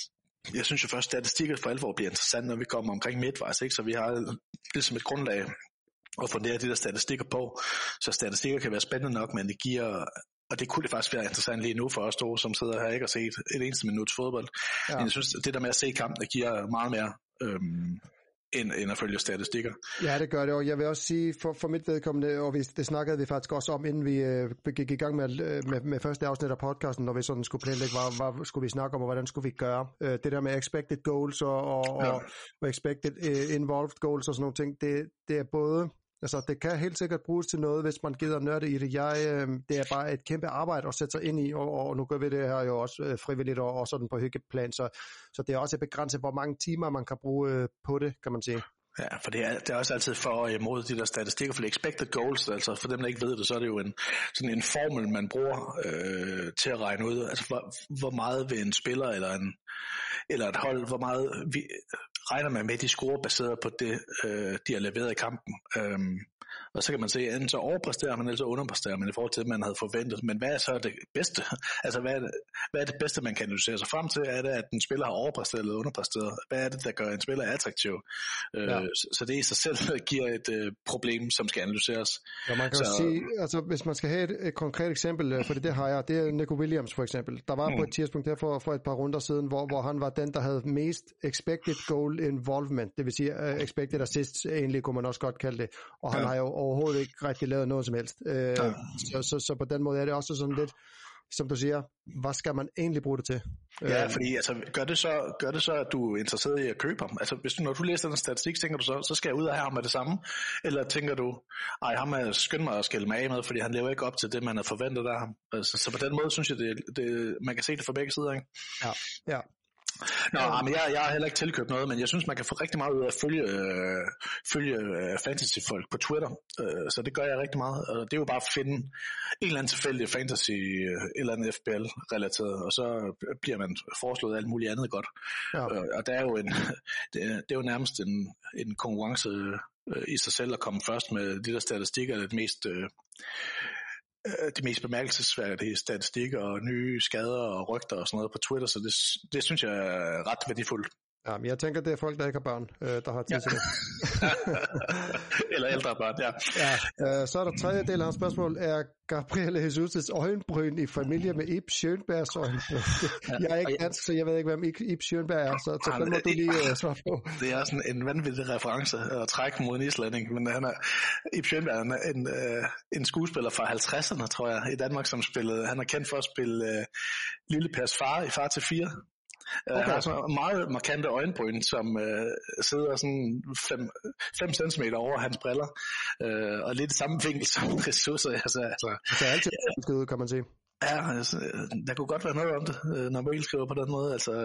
jeg synes jo først, at statistikker for alvor bliver interessant, når vi kommer omkring midtvejs, ikke? Så vi har ligesom et grundlag og fundere de der statistikker på. Så statistikker kan være spændende nok, men det giver, og det kunne det faktisk være interessant lige nu for os to, som sidder her ikke og set et eneste minuts fodbold. Ja. Men jeg synes, det der med at se kampen, det giver meget mere øhm, end, end at følge statistikker. Ja, det gør det, og jeg vil også sige, for, for mit vedkommende, og vi, det snakkede vi faktisk også om, inden vi øh, gik i gang med, med, med første afsnit af podcasten, når vi sådan skulle planlægge, hvad, hvad skulle vi snakke om, og hvordan skulle vi gøre. Øh, det der med expected goals og, og, ja. og expected uh, involved goals og sådan nogle ting, det, det er både... Altså, det kan helt sikkert bruges til noget, hvis man gider nørde i det. Jeg, øh, det er bare et kæmpe arbejde at sætte sig ind i, og, og nu gør vi det her jo også øh, frivilligt og, og sådan på hyggeplan, så, så det er også begrænset, hvor mange timer man kan bruge øh, på det, kan man sige. Ja, for det er, det er også altid for og imod de der statistikker, for expected goals, altså for dem, der ikke ved det, så er det jo en, sådan en formel, man bruger øh, til at regne ud, altså hvor, hvor meget vil en spiller eller, en, eller et hold, hvor meget vi, regner man med, de scorer baseret på det, øh, de har leveret i kampen. Øhm, og så kan man se, at enten så overpræsterer man, eller så underpræsterer man i forhold til, at man havde forventet. Men hvad er så det bedste? Altså, hvad er det, hvad er det bedste, man kan analysere sig frem til? Er det, at en spiller har overpræsteret eller underpræsteret? Hvad er det, der gør en spiller attraktiv? Ja. Øh, så det i sig selv giver et øh, problem, som skal analyseres. Ja, man kan så... sige, altså hvis man skal have et, et konkret eksempel, for det, det har jeg, det er Nico Williams for eksempel. Der var mm. på et tidspunkt her for, for et par runder siden, hvor, hvor han var den, der havde mest expected goal involvement, det vil sige uh, expected assists, egentlig kunne man også godt kalde det, og han ja. har jo overhovedet ikke rigtig lavet noget som helst. Uh, ja. så, så, så på den måde er det også sådan lidt, som du siger, hvad skal man egentlig bruge det til? Ja, fordi altså, gør, det så, gør det så, at du er interesseret i at købe ham? Altså, hvis du, når du læser den statistik, tænker du så, så skal jeg ud af ham med det samme? Eller tænker du, ej, ham er skynd mig at skælde mig af med, fordi han lever ikke op til det, man har forventet af ham. Altså, så på den måde synes jeg, det, det, man kan se det fra begge sider, ikke? Ja, ja. Nå, ja. men jeg, jeg har heller ikke tilkøbt noget, men jeg synes, man kan få rigtig meget ud af at følge, øh, følge øh, fantasy-folk på Twitter, øh, så det gør jeg rigtig meget, og det er jo bare at finde en eller anden tilfældig fantasy, øh, eller andet F B L-relateret, og så bliver man foreslået alt muligt andet godt. Ja. Øh, og der er jo en, det, er, det er jo nærmest en, en konkurrence øh, i sig selv at komme først med de der statistikker, det mest... Øh, de mest bemærkelsesværdige statistikker og nye skader og rygter og sådan noget på Twitter, så det, det synes jeg er ret værdifuldt. Ja, men jeg tænker, det er folk, der ikke har børn, øh, der har tid til det. Eller ældre børn, ja. ja øh, så er der tredje del af hans spørgsmål. Er Gabriel Jesus' øjenbryn i familie med Ib Schønbergs øjenbryn? Jeg er ikke dansk, så jeg ved ikke, hvem Ib Schønberg er, så til den må du lige uh, svare på. Det er sådan en vanvittig reference at trække mod en islænding, men han er, Ib Schønberg er en, en, en skuespiller fra halvtredserne, tror jeg, i Danmark, som spillede, han er kendt for at spille uh, Lille Pers far i Far til fire. Okay. Han har så meget markante øjenbryn, som øh, sidder sådan fem centimeter over hans briller, øh, og lidt samme vinkel som ressourcer. Altså, altså, det er altid skal ud, kan man sige. Ja, altså, der kunne godt være noget om det, når man skriver på den måde. Altså,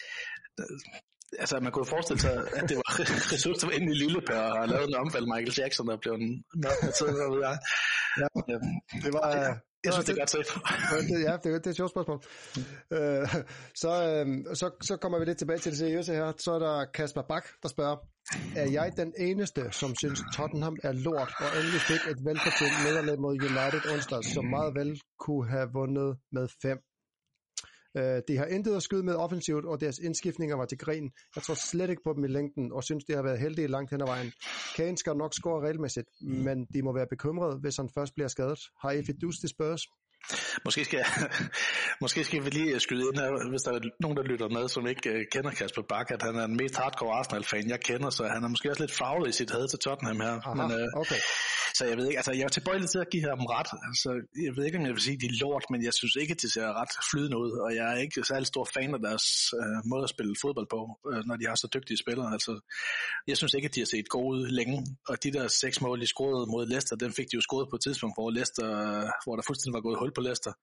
altså man kunne forestille sig, at det var ressourcer inde i Lille Per og har lavet en omfald Michael Jackson, der blev en mørk tid, hvad ved jeg. Ja, det var... Ja. Jeg synes, det er godt set. Ja, det er, det er et sjovt spørgsmål. Mm. Øh, så, øh, så, så kommer vi lidt tilbage til det seriøse her. Så er der Kasper Bak, der spørger, er jeg den eneste, som synes Tottenham er lort, og endelig fik et velfortjent nederlag mod United onsdag, som meget vel kunne have vundet med fem? Øh, de har intet at skyde med offensivt, og deres indskiftninger var til grin. Jeg tror slet ikke på dem i længden, og synes, de har været heldige langt hen ad vejen. Kane skal nok score regelmæssigt, men de må være bekymrede, hvis han først bliver skadet. Har I fidus til Spurs? Måske skal, jeg, måske skal vi lige skyde ind her, hvis der er nogen, der lytter med, som ikke uh, kender Kasper Bak, at han er den mest hardcore Arsenal-fan, jeg kender, så han er måske også lidt farvet i sit had til Tottenham her. Aha, men, uh, okay. Så jeg ved ikke, altså jeg er tilbøjelig til at give ham ret. Altså, jeg ved ikke, om jeg vil sige, at de er lort, men jeg synes ikke, at de ser ret flydende ud, og jeg er ikke særlig stor fan af deres uh, måde at spille fodbold på, uh, når de har så dygtige spillere. Altså, jeg synes ikke, at de har set gode ud længe, og de der seks mål, de scorede mod Leicester, den fik de jo scoret på et tidspunkt, hvor Leicester, hvor der fuldstændig var gået hul på Leicester.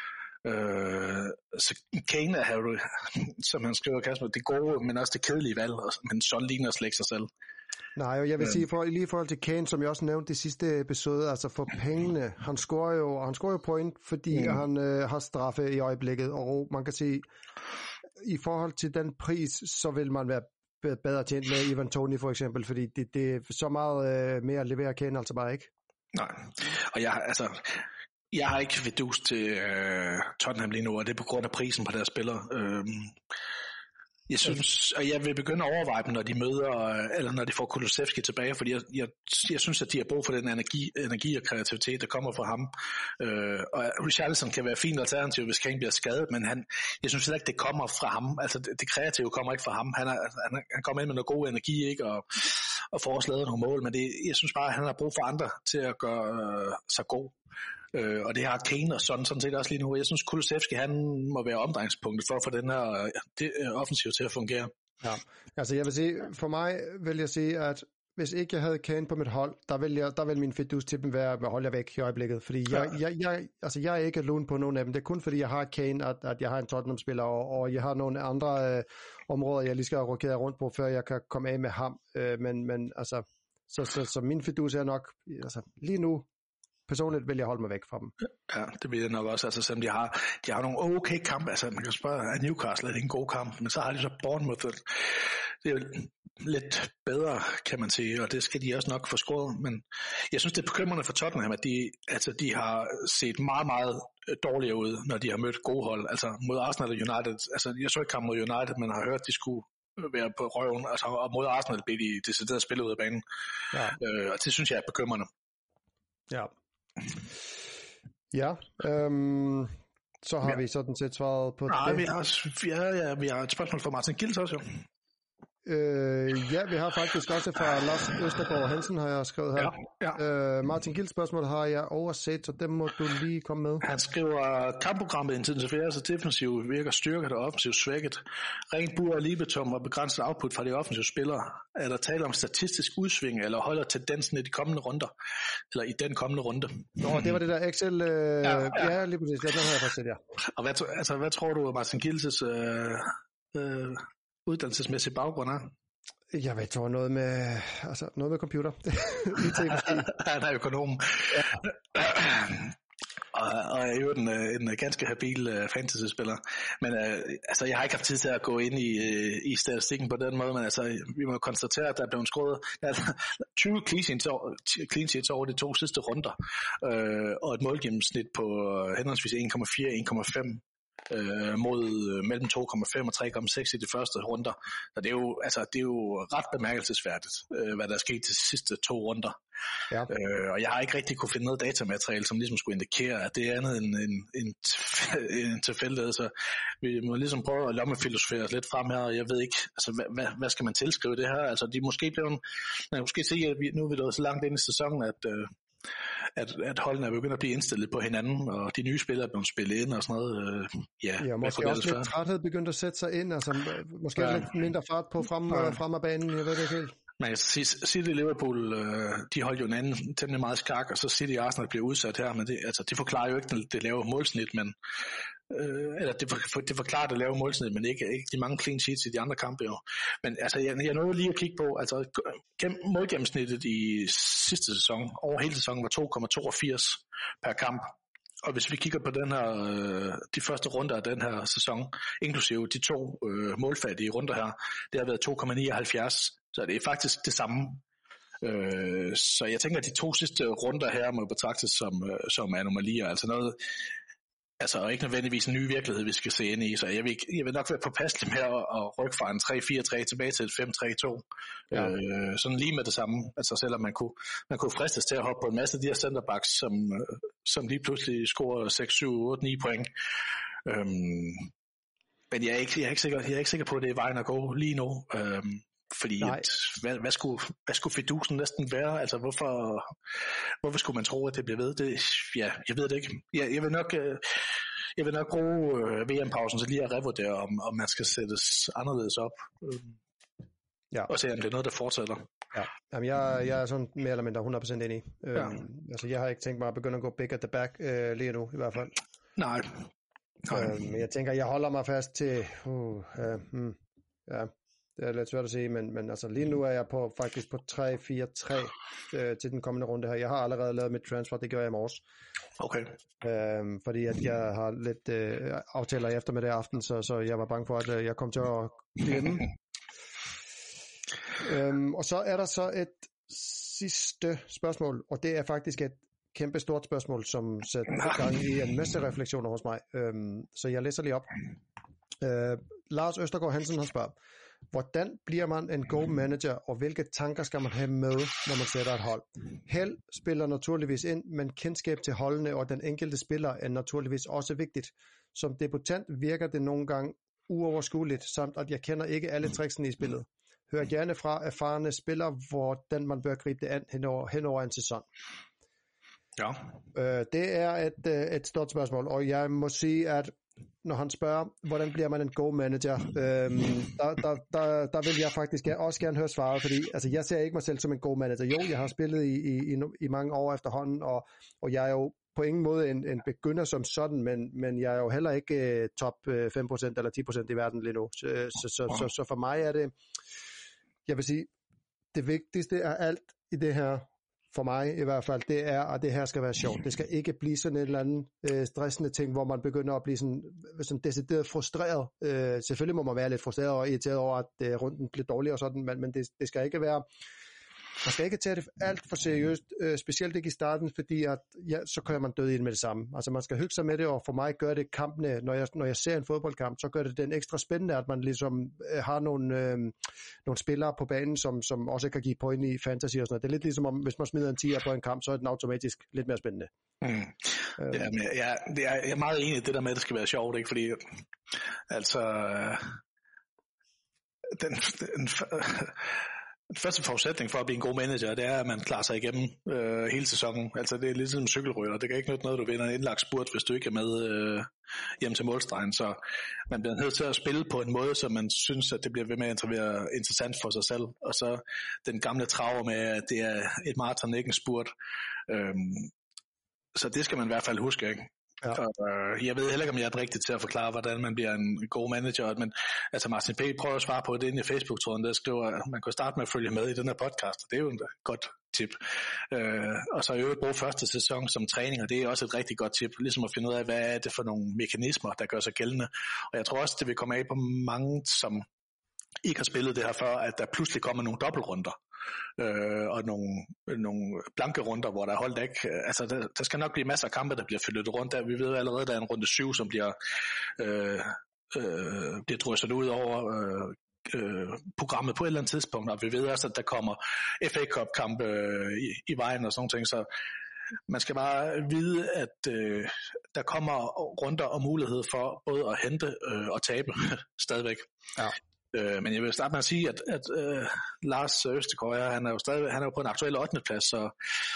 Øh, så Kane er jo, som han skriver, Kasper, det gode, men også det kedelige valg, men sådan ligner slet ikke sig selv. Nej, jeg vil sige, for, lige i forhold til Kane, som jeg også nævnte i sidste episode, altså for pengene, han scorer jo, han scorer jo point, fordi mm. han øh, har straffe i øjeblikket, og man kan sige, i forhold til den pris, så vil man være bedre tjent med Ivan Toney for eksempel, fordi det, det er så meget øh, mere at levere Kane altså bare ikke. Nej, og jeg altså... Jeg har ikke vedus til øh, Tottenham lige nu, og det er på grund af prisen på deres spillere. Øhm, jeg synes, og jeg vil begynde at overveje dem, når de møder, eller når de får Kulusevski tilbage, fordi jeg, jeg, jeg synes, at de har brug for den energi, energi og kreativitet, der kommer fra ham. Øh, og Richarlison kan være et fint alternativ, hvis Kane bliver skadet, men han, jeg synes heller ikke, det kommer fra ham. Altså, det, det kreative kommer ikke fra ham. Han, er, han, han kommer ind med noget god energi, ikke, og, og får også lavet nogle mål, men det, jeg synes bare, at han har brug for andre til at gøre øh, sig god. Øh, og det har Kane og sådan, sådan set også lige nu. Jeg synes, Kulusevski, han må være omdrejningspunktet for at få den her det, offensiv til at fungere. Ja, altså jeg vil sige, for mig vil jeg sige, at hvis ikke jeg havde Kane på mit hold, der vil, jeg, der vil min fidus til dem være at holde jer væk i øjeblikket. Fordi jeg, ja. jeg, jeg, altså jeg er ikke alene på nogen af dem. Det er kun fordi, jeg har Kane, at, at jeg har en Tottenham-spiller, og, og jeg har nogle andre øh, områder, jeg lige skal rokere rundt på, før jeg kan komme af med ham. Øh, men, men altså, så, så, så min fidus er nok, altså lige nu, personligt vil jeg holde mig væk fra dem. Ja, det vil jeg nok også. Altså, selvom de har, de har nogle okay kampe. Altså, man kan spørge, at Newcastle er det en god kamp, men så har de så Bournemouth. Det er jo lidt bedre, kan man sige, og det skal de også nok få scoret. Men jeg synes, det er bekymrende for Tottenham, at de, altså, de har set meget, meget dårligere ud, når de har mødt gode hold. Altså, mod Arsenal og United. Altså, jeg så ikke kamp mod United, men har hørt, at de skulle være på røven. Altså, og mod Arsenal blev de decideret spillet ud af banen. Ja. Øh, og det synes jeg er bekymrende. Ja. Ja, øhm, så har ja. vi sådan set svaret på Nej, det. Vi har, ja, ja, vi har et spørgsmål fra Martin Gils også, jo. Øh, ja, vi har faktisk også fra Lars Østergaard Hansen, har jeg skrevet her. Ja, ja. Øh, Martin Gils spørgsmål har jeg overset, så dem må du lige komme med. Han skriver, kampprogrammet intensifieres og defensivt virker styrket og offensivt svækket. Rent bur og libetom og begrænset output fra de offensive spillere. Er der tale om statistisk udsving, eller holder tendensen i de kommende runder? Eller i den kommende runde? Nå, det var det der Excel. Øh, ja, ja. ja, lige præcis. Ja, den har jeg faktisk set, ja. Og hvad, altså, hvad tror du, Martin Gilses... Øh, øh, uddannelsesmæssig baggrund er? Jeg ved tror noget med, altså noget med computer. I T måske. Han er økonom. Ja. Og, og er jo en, en ganske habil uh, fantasy-spiller. Men uh, altså, jeg har ikke haft tid til at gå ind i, uh, i statistikken på den måde, men altså, vi må konstatere, at der er blevet skåret tyve clean sheets over, clean sheets over de to sidste runder, uh, og et målgennemsnit på henholdsvis en komma fire og en komma fem øh, mod øh, mellem to komma fem og tre komma seks i de første runder. Så det er jo, altså, det er jo ret bemærkelsesværdigt, øh, hvad der er sket de sidste to runder. Ja. Øh, og jeg har ikke rigtig kunne finde noget datamateriale, som ligesom skulle indikere, at det er andet end en, en, en tilfældighed. Så vi må ligesom prøve at lommefilosofere lidt frem her, og jeg ved ikke, altså, hvad, hvad, hvad skal man tilskrive det her? Altså, de er måske blevet, man kan måske sige, at vi, nu er vi nået så langt ind i sæsonen, at øh, At, at holdene er begyndt at blive indstillet på hinanden, og de nye spillere er blevet spillet ind og sådan noget. Øh, ja, ja, måske også lidt træthed begyndt at sætte sig ind, altså måske ja. lidt mindre fart på frem, ja. frem af banen, jeg ved det ikke helt. Men City Liverpool, øh, de holdt jo en anden temmelig meget skak, og så City og Arsenal bliver udsat her, men det, altså, det forklarer jo ikke det, det lave målsnit, men øh, eller det, for, det forklarer det lave målsnit, men ikke, ikke de mange clean sheets i de andre kampe jo. Men altså, jeg, jeg nåede lige at kigge på, altså gennem, målgennemsnittet i sidste sæson, over hele sæsonen, var to komma toogfirs per kamp. Og hvis vi kigger på den her, øh, de første runder af den her sæson, inklusive de to øh, målfattige runder her, det har været to komma nioghalvfjerds, så det er faktisk det samme. Øh, så jeg tænker, at de to sidste runder her må betragtes som, øh, som anomalier, altså noget, altså ikke nødvendigvis en ny virkelighed, vi skal se ind i, så jeg vil, jeg vil nok være påpasselig med at, at rykke fra en tre fire tre tilbage til et fem tre to, ja. øh, sådan lige med det samme, altså selvom man kunne, man kunne fristes til at hoppe på en masse af de her centerbacks, som, som lige pludselig scorer seks, syv, otte, ni point. Øhm, men jeg er, ikke, jeg, er ikke sikker, jeg er ikke sikker på, at det er vejen at gå lige nu. Øhm, Fordi at, hvad, hvad, skulle, hvad skulle fidusen næsten være? Altså hvorfor, hvorfor skulle man tro, at det bliver ved? Det, ja, jeg ved det ikke. Jeg, jeg vil nok, jeg vil nok bruge V M-pausen til lige at revurdere, om, om man skal sættes anderledes op. Ja. Og se, om det er noget, der fortsætter. Ja. Jamen, jeg, jeg er sådan mere eller mindre hundrede procent enig. Ja. Øhm, altså, jeg har ikke tænkt mig at begynde at gå big at the back øh, lige nu, i hvert fald. Nej. Nej. Øhm, men jeg tænker, jeg holder mig fast til... Uh, uh, hmm, ja... Det er lidt svært at sige, men, men altså lige nu er jeg på faktisk på tre fire tre øh, til den kommende runde her. Jeg har allerede lavet mit transfer, det gjorde jeg i morges. Okay. Øhm, fordi at jeg har lidt øh, aftaler i eftermiddag aften, så, så jeg var bange for, at øh, jeg kom til at glemme. øhm, og så er der så et sidste spørgsmål, og det er faktisk et kæmpe stort spørgsmål, som sætter gang i en masse refleksioner hos mig. Øhm, så jeg læser lige op. Øh, Lars Østergaard Hansen, han spørger: hvordan bliver man en god manager, og hvilke tanker skal man have med, når man sætter et hold? Held spiller naturligvis ind, men kendskab til holdene og den enkelte spiller er naturligvis også vigtigt. Som debutant virker det nogle gange uoverskueligt, samt at jeg kender ikke alle tricksene i spillet. Hør gerne fra erfarne spillere, hvordan man bør gribe det an hen over, hen over en sæson. Ja. Øh, det er et, et stort spørgsmål, og jeg må sige, at når han spørger, hvordan bliver man en god manager, øhm, der, der, der, der vil jeg faktisk også gerne høre svaret, fordi altså, jeg ser ikke mig selv som en god manager. Jo, jeg har spillet i, i, i mange år efterhånden, og, og jeg er jo på ingen måde en, en begynder som sådan, men, men jeg er jo heller ikke uh, top uh, fem procent eller ti procent i verden lige nu. Så, så, så, så, så for mig er det, jeg vil sige, det vigtigste af alt i det her, for mig i hvert fald, det er, at det her skal være sjovt. Det skal ikke blive sådan en eller anden øh, stressende ting, hvor man begynder at blive sådan, sådan decideret frustreret. Øh, selvfølgelig må man være lidt frustreret og irriteret over, at øh, runden bliver dårlig og sådan, men, men det, det skal ikke være, man skal ikke tage det alt for seriøst, øh, specielt ikke i starten, fordi at, ja, så kører man død ind med det samme. Altså man skal hygge sig med det, og for mig gør det kampene, når jeg, når jeg ser en fodboldkamp, så gør det den ekstra spændende, at man ligesom øh, har nogle, øh, nogle spillere på banen, som, som også kan give point i fantasy og sådan noget. Det er lidt ligesom, om, hvis man smider en tier på en kamp, så er den automatisk lidt mere spændende. Mm. Øh. Ja, men jeg, jeg, jeg er meget enig i det der med, at det skal være sjovt, ikke? Fordi altså den, den Den første forudsætning for at blive en god manager, det er, at man klarer sig igennem øh, hele sæsonen. Altså det er lidt som en cykelrytter. Det kan ikke nytte noget, du vinder en indlagt spurt, hvis du ikke er med øh, hjem til målstregen. Så man bliver nødt til at spille på en måde, så man synes, at det bliver ved med at være interessant for sig selv. Og så den gamle traver med, at det er et maraton, ikke en spurt. Øhm, så det skal man i hvert fald huske, ikke? Ja. Og, øh, jeg ved heller ikke, om jeg er rigtig til at forklare, hvordan man bliver en god manager, men altså Martin P. prøver at svare på det inde i Facebook-tråden, der skriver, at man kan starte med at følge med i den her podcast, og det er jo et godt tip. Øh, og så i øvrigt bruge første sæson som træning, og det er også et rigtig godt tip, ligesom at finde ud af, hvad er det for nogle mekanismer, der gør sig gældende. Og jeg tror også, det vil komme af på mange, som ikke har spillet det her før, at der pludselig kommer nogle dobbeltrunder. Øh, og nogle, nogle blanke runder, hvor der er holdt ikke. Altså, der, der skal nok blive masser af kampe, der bliver flyttet rundt der. Vi ved allerede, at der er en runde syv, som bliver, øh, øh, bliver drysset ud over øh, øh, programmet på et eller andet tidspunkt, og vi ved også, at der kommer F A Cup-kampe øh, i, i vejen og sådan ting, så man skal bare vide, at øh, der kommer runder og mulighed for både at hente øh, og tabe stadigvæk. Ja. Øh, men jeg vil starte med at sige, at, at øh, Lars Østegård, han er jo stadig, han er jo på en aktuel ottende plads, så,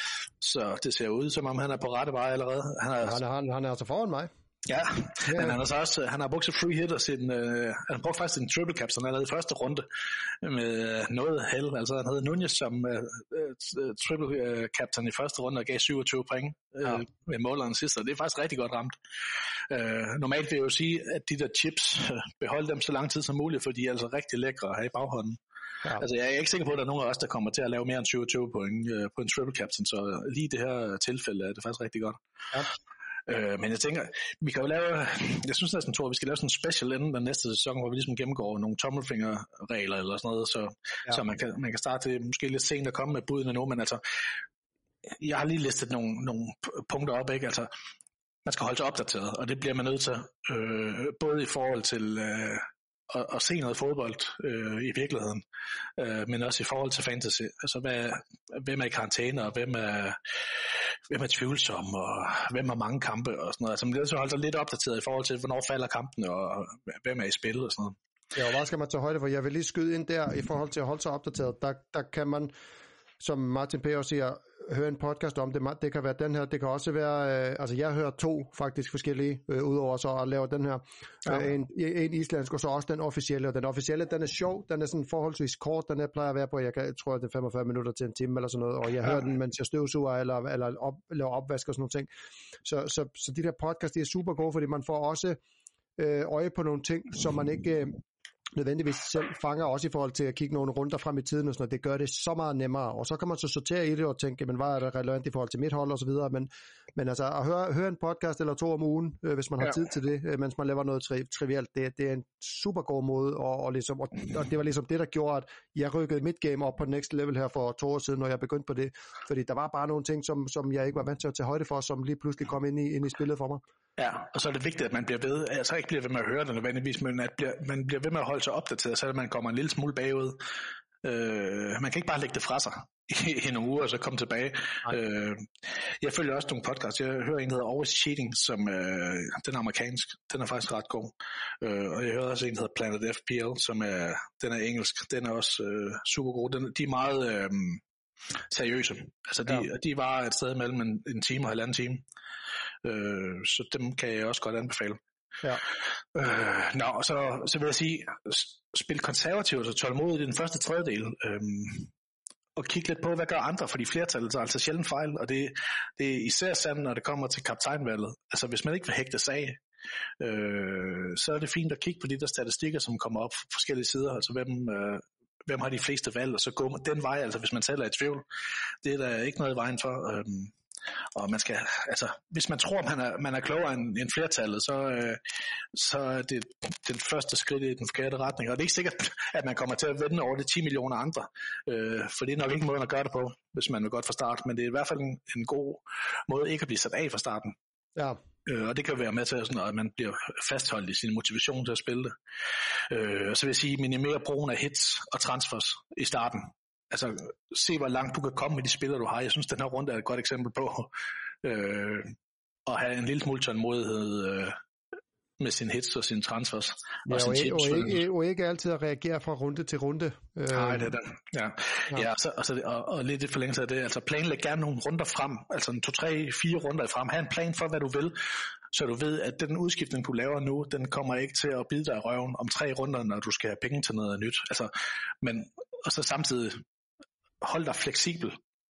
så det ser ud, som om han er på rette vej allerede. Han er, han, er, han, han er altså foran mig. Ja, yeah. Men han har så også, han har brugt sig free hit og sin, øh, han har brugt faktisk sin triple captain allerede i første runde med noget held. Altså han havde Nunez som øh, øh, triple øh, captain i første runde og gav syvogtyve point øh, ja. Med måleren sidste. Det er faktisk rigtig godt ramt. Øh, normalt vil jeg jo sige, at de der chips, øh, beholde dem så lang tid som muligt, for de er altså rigtig lækre at have i baghånden. Ja. Altså jeg er ikke sikker på, at der er nogen af os, der kommer til at lave mere end syvogtyve point øh, på en triple captain, så lige i det her tilfælde er det faktisk rigtig godt. Ja. Øh, men jeg tænker, vi kan jo lave, jeg synes næsten, tror, at vi skal lave sådan en special inden den næste sæson, hvor vi ligesom gennemgår nogle tommelfingerregler eller sådan noget, så, ja. så man, kan, man kan starte det måske lidt sent at komme med budene nu, men altså, jeg har lige listet nogle, nogle punkter op, ikke? Altså, man skal holde sig opdateret, og det bliver man nødt til, øh, både i forhold til øh, at, at se noget fodbold øh, i virkeligheden, øh, men også i forhold til fantasy. Altså, hvad, hvem er i karantæne, og hvem er, hvem er tvivlsom, og hvem har mange kampe, og sådan noget. Altså, man bliver nødt til at holde sig lidt opdateret i forhold til, hvornår falder kampene, og hvem er i spil, og sådan noget. Ja, og hvad skal man tage højde for? Jeg vil lige skyde ind der, i forhold til at holde sig opdateret. Der, der kan man, som Martin P. også siger, høre en podcast om det. Det kan være den her, det kan også være, øh, altså jeg hører to faktisk forskellige, øh, udover så at lave den her. Ja. Øh, en, en islandsk, og så også den officielle. Og den officielle, den er sjov, den er sådan forholdsvis kort, den er plejer at være på, jeg, kan, jeg tror, det er femogfyrre minutter til en time eller sådan noget, og jeg ja. hører den, mens jeg støvsuger eller, eller op, laver opvask og sådan nogle ting. Så, så, så de der podcast, de er super gode, fordi man får også øh, øje på nogle ting, som man ikke øh, nødvendigvis selv fanger, også i forhold til at kigge nogle runder frem i tiden og sådan noget. Det gør det så meget nemmere, og så kan man så sortere i det og tænke, men hvad er det relevant i forhold til mit hold og så videre, men, men altså at høre, høre en podcast eller to om ugen, øh, hvis man har ja. tid til det, øh, mens man laver noget tri- trivielt, det, det er en super god måde, og, og, ligesom, og, og det var ligesom det, der gjorde, at jeg rykkede mit game op på next level her for to år siden, når jeg begyndte på det, fordi der var bare nogle ting, som, som jeg ikke var vant til at tage højde for, som lige pludselig kom ind i, ind i spillet for mig. Ja, og så er det vigtigt, at man bliver ved, altså ikke bliver ved med at høre det nødvendigvis, men at bliver, man bliver ved med at holde sig opdateret, så at man kommer en lille smule bagud. Øh, man kan ikke bare lægge det fra sig i, i nogle uger, og så komme tilbage. Øh, jeg følger også nogle podcasts. Jeg hører en, der hedder Always Cheating, som øh, den er amerikansk. Den er faktisk ret god. Øh, og jeg hører også en, der hedder Planet F P L, som er, den er engelsk. Den er også øh, super god. Den, de er meget øh, seriøse. Altså de, ja. de var et sted mellem en, en time og halvanden time. Øh, så dem kan jeg også godt anbefale. Ja. Øh, nå, så, så vil jeg sige, spil konservativt og tålmodigt i den første tredjedel, øh, og kig lidt på, hvad gør andre, fordi flertallet tager altså sjældent fejl, og det, det er især sandt, når det kommer til kaptajnvalget. Altså hvis man ikke vil hægte sig af, øh, så er det fint at kigge på de der statistikker, som kommer op fra forskellige sider, altså hvem, øh, hvem har de fleste valg, og så gå den vej, altså hvis man selv er i tvivl, det er der ikke noget i vejen for. Øh, Og man skal, altså, hvis man tror, man er, man er klogere end, end flertallet, så, øh, så er det den første skridt i den forkerte retning. Og det er ikke sikkert, at man kommer til at vinde over de ti millioner andre, øh, for det er nok ikke måden at gøre det på, hvis man vil godt fra start. Men det er i hvert fald en, en god måde ikke at blive sat af fra starten. Ja. Øh, og det kan være med til, sådan, at man bliver fastholdt i sin motivation til at spille det. Øh, og så vil jeg sige, minimere brugen af hits og transfers i starten. Altså, se hvor langt du kan komme med de spillere, du har. Jeg synes, den her runde er et godt eksempel på øh, at have en lille smule tålmodighed øh, med sin hits og sine transfers. Ja, og, sin og, chips, og, ikke, og ikke altid at reagere fra runde til runde. Nej, det er den. Ja, ja. ja så, altså, og, og lidt i forlængelse af det. Altså, planlæg gerne nogle runder frem. Altså, en to, tre, fire runder frem. Ha' en plan for, hvad du vil. Så du ved, at den udskiftning, du laver nu, den kommer ikke til at bide dig i røven om tre runder, når du skal have penge til noget nyt. Altså, men, og så samtidig hold dig fleksibel.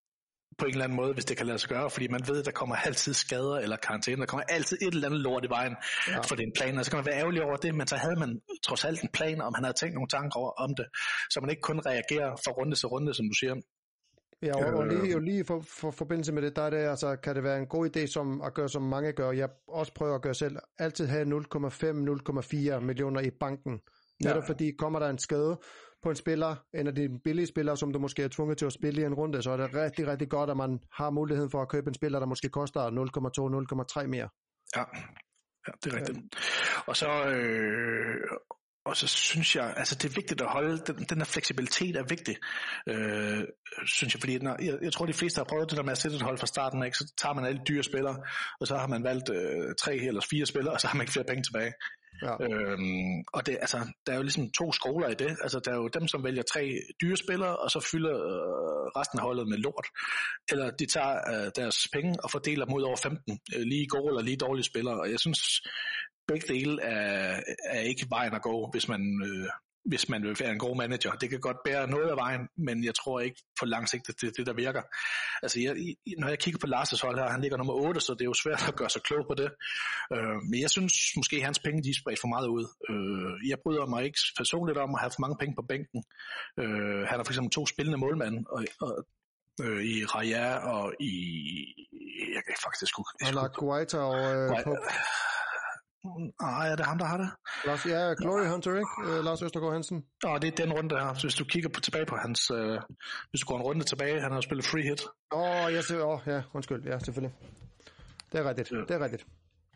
på en eller anden måde, hvis det kan lade sig gøre, fordi man ved, at der kommer altid skader eller karantæne, der kommer altid et eller andet lort i vejen ja. for den plan, og så kan man være ærgerlig over det, men så havde man trods alt en plan, om han havde tænkt nogle tanker over, om det, så man ikke kun reagerer fra runde til runde, som du siger. Ja, og, og lige, jo lige for, for forbindelse med det, der er det, altså, kan det være en god idé som at gøre, som mange gør. Jeg også prøver at gøre selv. Altid have nul komma fem til nul komma fire millioner i banken. Netop ja. fordi kommer der en skade på en spiller, en af de billige spillere, som du måske er tvunget til at spille i en runde, så er det rigtig, rigtig godt, at man har muligheden for at købe en spiller, der måske koster nul komma to til nul komma tre mere. Ja, ja det er rigtigt. Ja. Og så... Øh... Og så synes jeg, altså det er vigtigt at holde, den, den her fleksibilitet er vigtig, øh, synes jeg, fordi når, jeg, jeg tror de fleste har prøvet det der med at sætte et hold fra starten, ikke? Så tager man alle dyre spillere, og så har man valgt øh, tre eller fire spillere, og så har man ikke flere penge tilbage. Ja. Øhm, og det, altså, der er jo ligesom to skoler i det, altså der er jo dem, som vælger tre dyre spillere, og så fylder øh, resten af holdet med lort, eller de tager øh, deres penge og fordeler dem ud over femten, øh, lige gode eller lige dårlige spillere, og jeg synes, begge dele er, er ikke vejen at gå, hvis man, øh, hvis man vil være en god manager. Det kan godt bære noget af vejen, men jeg tror ikke på lang sigt, at det er det, der virker. Altså, jeg, når jeg kigger på Lars' hold her, han ligger nummer otte, så det er jo svært at gøre sig klog på det. Øh, men jeg synes måske, at hans penge, de er spredt for meget ud. Øh, jeg bryder mig ikke personligt om at have for mange penge på bænken. Øh, han har for eksempel to spillende målmænd, og, og øh, i Raya og i... Jeg kan faktisk... Han har Guaita og øh, Pope. Ah, ja, det er ham, der har det. Lars, ja, Glory Hunter, ikke? Uh, Lars Østergaard Hansen. Åh, det er den runde her. Så hvis du kigger på, tilbage på hans... Uh, hvis du går en runde tilbage, han har spillet free hit. Åh, oh, jeg ser... Åh, oh, ja, undskyld. Ja, selvfølgelig. Det er rigtigt. Ja. Det er rigtigt.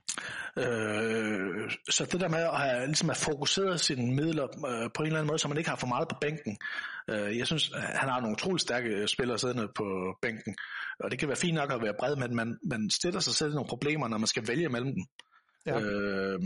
Øh, så det der med at have, ligesom at fokusere sine midler øh, på en eller anden måde, så man ikke har for meget på bænken. Øh, jeg synes, han har nogle utroligt stærke spillere siddende på bænken. Og det kan være fint nok at være bred, men man, man stiller sig selv nogle problemer, når man skal vælge mellem dem. Ja. Øh,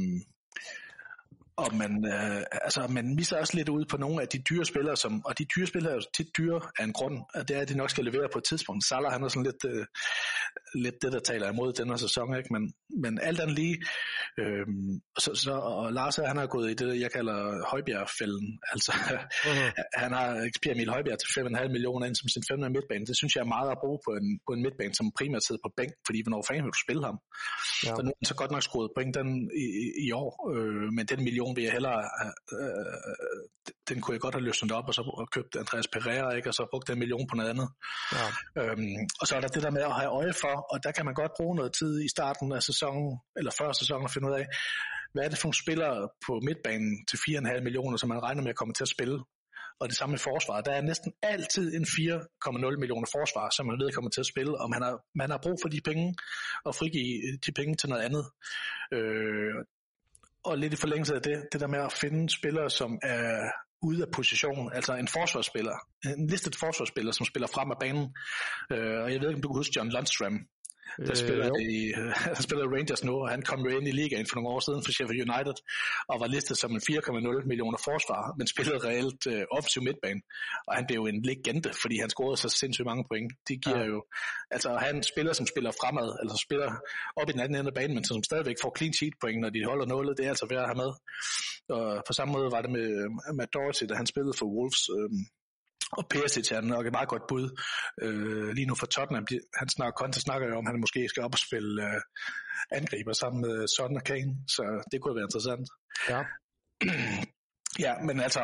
og man, øh, altså, man misser også lidt ud på nogle af de dyre spillere, som, og de dyre spillere er jo tit dyre af en grund, at det er, at de nok skal levere på et tidspunkt. Salah, han er sådan lidt, øh, lidt det, der taler imod den her sæson, ikke? Men, men alt andet lige, øh, så, så, og Lars, han har gået i det, jeg kalder Højbjerg-fælden. Altså, uh-huh. han har Pierre Emil Højbjerg til fem komma fem millioner ind som sin femte midtbane. Det synes jeg er meget at bruge på en, på en midtbane, som primært sidder på bænk, fordi hvornår fanden vil du spille ham? Ja. Så nu er han så godt nok skruet point den i, i, i år, øh, men den million vil jeg hellere, øh, den kunne jeg godt have løsnet op, og så og købt Andreas Pereira, ikke? Og så brugt den million på noget andet. Ja. Øhm, og så er der det der med at have øje for, og der kan man godt bruge noget tid i starten af sæsonen, eller før sæsonen, at finde ud af, hvad er det for nogle spillere på midtbanen til fire komma fem millioner, som man regner med at komme til at spille. Og det samme med forsvaret. Der er næsten altid en fire komma nul millioner forsvar, som man ved kommer til at spille, og man har, man har brug for de penge, og frigive de penge til noget andet. Øh, og lidt i forlængelse af det, det der med at finde spillere, som er ude af position, altså en forsvarsspiller, en listet forsvarsspiller, som spiller frem af banen. Øh, og jeg ved ikke, om du kan huske John Lundstram, der spiller øh, i, uh, han spiller i Rangers nu, og han kom jo ind i ligaen for nogle år siden for Sheffield United, og var listet som en fire komma nul millioner forsvar, men spillede reelt uh, offensiv midtbane, og han blev jo en legende, fordi han scorede så sindssygt mange point. Det giver ja. jo, altså han spiller, som spiller fremad, altså spiller op i den anden ende af banen, men som stadigvæk får clean sheet point, når de holder nullet, det er altså værd at have med. Og på samme måde var det med Matt Doherty, da han spillede for Wolves, øh, og Perisic er nok et meget godt bud øh, lige nu for Tottenham. Han snakker, Conte snakker jo om, at han måske skal op og spille øh, angriber sammen med Son og Kane, så det kunne være interessant. Ja. Ja, men altså,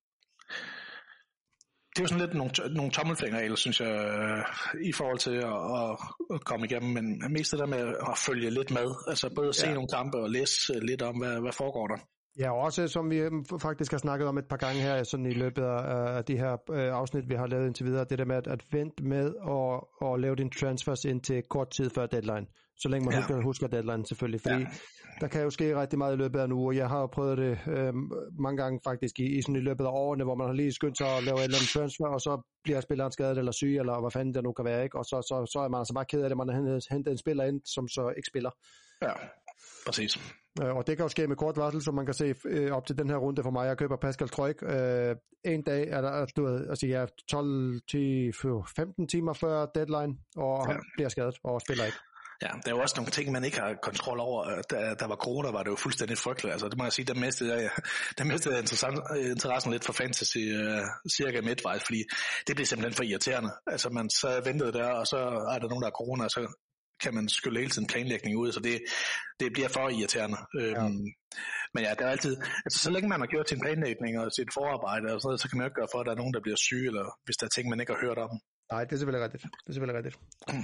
det er jo sådan lidt nogle, nogle tommelfingre, synes jeg, i forhold til at, at, at komme igennem, men mest det der med at følge lidt med, altså både at se ja. nogle kampe og læse lidt om, hvad, hvad foregår der. Ja, også som vi faktisk har snakket om et par gange her sådan i løbet af de her afsnit, vi har lavet indtil videre, det der med at, at vente med at, at lave din transfers ind til kort tid før deadline, så længe man ja. husker, husker deadline selvfølgelig, fordi ja. der kan jo ske rigtig meget i løbet af en uge, og jeg har jo prøvet det øh, mange gange faktisk i, i sådan i løbet af årene, hvor man har lige skyndt sig at lave et eller andet transfer, og så bliver spilleren skadet eller syg, eller hvad fanden det nu kan være, ikke? Og så, så, så er man altså bare ked af det, man har hentet, hentet en spiller ind, som så ikke spiller. Ja, præcis. Og det kan jo ske med kort varsel, som man kan se øh, op til den her runde for mig. Jeg køber Pascal Troik. Øh, en dag er der, du ved, altså jeg er tolv til femten timer før deadline, og ja. han bliver skadet og spiller ikke. Ja, der er jo også nogle ting, man ikke har kontrol over. Da der var corona, var det jo fuldstændig frygteligt. Altså, det må jeg sige, der mistede jeg, der mistede jeg interessen lidt for fantasy uh, cirka midtvejs, fordi det blev simpelthen for irriterende. Altså, man så ventede der, og så er der nogen, der er corona, og så kan man skylle hele tiden planlægning ud, så det, det bliver for irriterende. Ja. Øhm, men ja, det er altid, altså så længe man har gjort sin planlægning og sit forarbejde, og sådan noget, så kan man jo ikke gøre for, at der er nogen, der bliver syge, eller hvis der er ting, man ikke har hørt om. Nej, det er selvfølgelig rigtigt. Det er selvfølgelig rigtigt.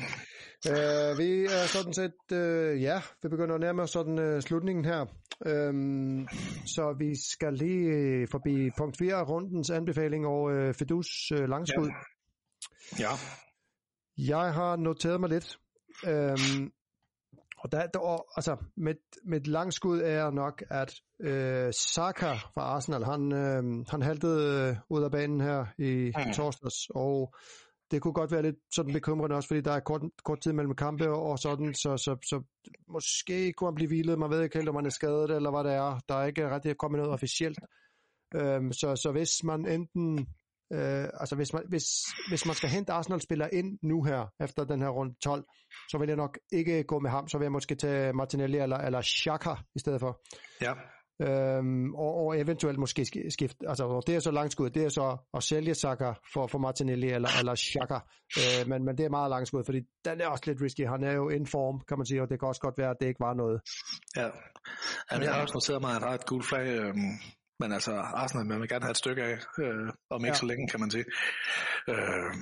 uh, vi er sådan set, uh, ja, vi begynder at nærme os sådan uh, slutningen her. Um, så vi skal lige uh, forbi punkt fire af rundens anbefaling og uh, Fidus uh, langskud. Ja. ja. Jeg har noteret mig lidt. Um, og der, der altså mit, mit langskud er nok at uh, Saka fra Arsenal, han, uh, han haltede uh, ud af banen her i mm. torsdags, og det kunne godt være lidt sådan bekymrende også, fordi der er kort, kort tid mellem kampe og sådan, så, så, så måske kunne han blive hvilet, man ved ikke helt, om man er skadet, eller hvad det er. Der er ikke rigtig kommet noget officielt. Um, så, så hvis man enten, uh, altså hvis man, hvis, hvis man skal hente Arsenal-spillere ind nu her, efter den her runde tolv, så vil jeg nok ikke gå med ham, så vil jeg måske tage Martinelli eller, eller Xhaka i stedet for. Ja. Øhm, og, og eventuelt måske skifte, altså det er så langskud, det er så at sælge Saka for, for Martinelli eller, eller Xhaka, øh, men, men det er meget langskud, fordi den er også lidt risky, han er jo in form, kan man sige, og det kan også godt være, at det ikke var noget. Ja, Jamen, jeg har også noteret mig, at han har et gult flag, øh, men altså Arsenal, man vil gerne have et stykke af, øh, om ikke ja. så længe, kan man sige. Øh,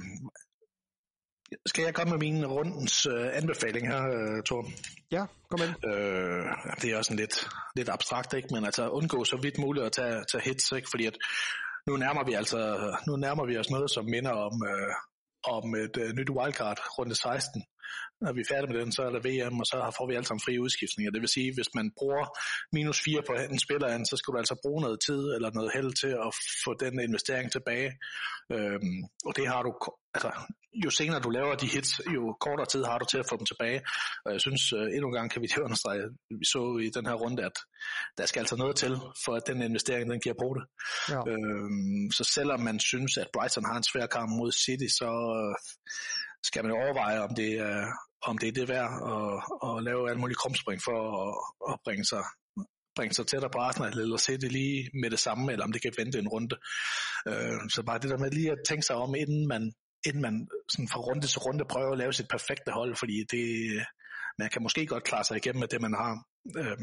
Skal jeg komme med min rundens øh, anbefaling her, øh, Thor? Ja, kom ind. Øh, det er også en lidt, lidt abstrakt, ikke? Men altså undgå så vidt muligt at tage, tage hits, ikke? Fordi at nu nærmer vi altså nu nærmer vi os noget, som minder om øh, om et øh, nyt wildcard runde seksten. Når vi er færdige med den, så er der V M, og så får vi alle sammen frie udskiftninger. Det vil sige, hvis man bruger minus fire på en spiller, så skal du altså bruge noget tid eller noget held til at få den investering tilbage. Øhm, og det har du, altså jo senere du laver de hits, jo kortere tid har du til at få dem tilbage. Og jeg synes uh, endnu en gang kan vi det understrege, vi så i den her runde, at der skal altså noget til, for at den investering, den giver på det. Ja. Øhm, så selvom man synes, at Brighton har en svær kamp mod City, så skal man overveje, om det er, om det er det værd at, at lave alle mulige krumspring for at, at bringe sig bringe sig tættere på Arsenal, eller se det lige med det samme, eller om det kan vente en runde. Øh, så bare det der med lige at tænke sig om, inden man, inden man sådan fra runde til runde prøver at lave sit perfekte hold, fordi det, man kan måske godt klare sig igennem med det, man har. Øh,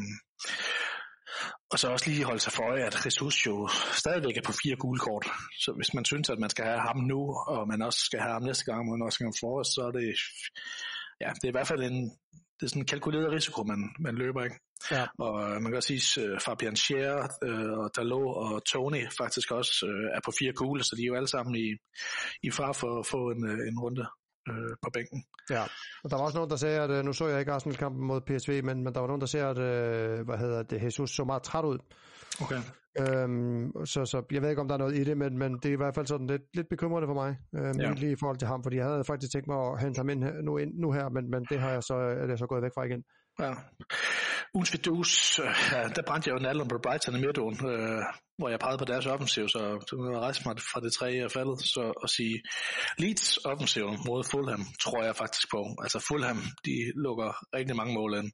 og så også lige holde sig for øje, at Jesus jo stadigvæk er på fire gule kort. Så hvis man synes, at man skal have ham nu, og man også skal have ham næste gang mod Nottingham Forest, så er det, ja, det er i hvert fald en, det er sådan en kalkuleret risiko, man, man løber, ikke? Ja. Og man kan også sige, at Fabian Schär, øh, og Dalot og Tony faktisk også øh, er på fire gule, så de er jo alle sammen i, i far for at få en, en runde øh, på bænken. Ja, og der var også nogen, der sagde, at nu så jeg ikke Arsenal-kampen mod P S V, men, men der var nogen, der sagde, at øh, hvad hedder det, Jesus så meget træt ud. Okay. Øhm, så, så jeg ved ikke, om der er noget i det, men, men det er i hvert fald sådan lidt, lidt bekymrende for mig, øhm, ja. lige i forhold til ham, fordi jeg havde faktisk tænkt mig at hente ham ind nu, ind, nu her, men, men det har jeg så, er jeg så gået væk fra igen. Ja. Ugens Fidus, øh, der brændte jeg jo en alder på Brighton i midtåen, øh, hvor jeg pegede på deres offensiv, så det var rejse mig fra det tredje faldet, så at sige, Leeds offensiv mod Fulham, tror jeg faktisk på. Altså Fulham, de lukker rigtig mange mål ind.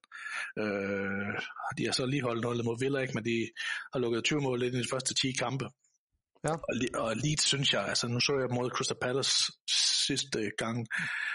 Øh, de har så lige holdt noget mod Villa, ikke, men de har lukket tyve mål ind i de første ti kampe. Ja. Og, og Leeds synes jeg, altså nu så jeg mod Crystal Palace sidste gang,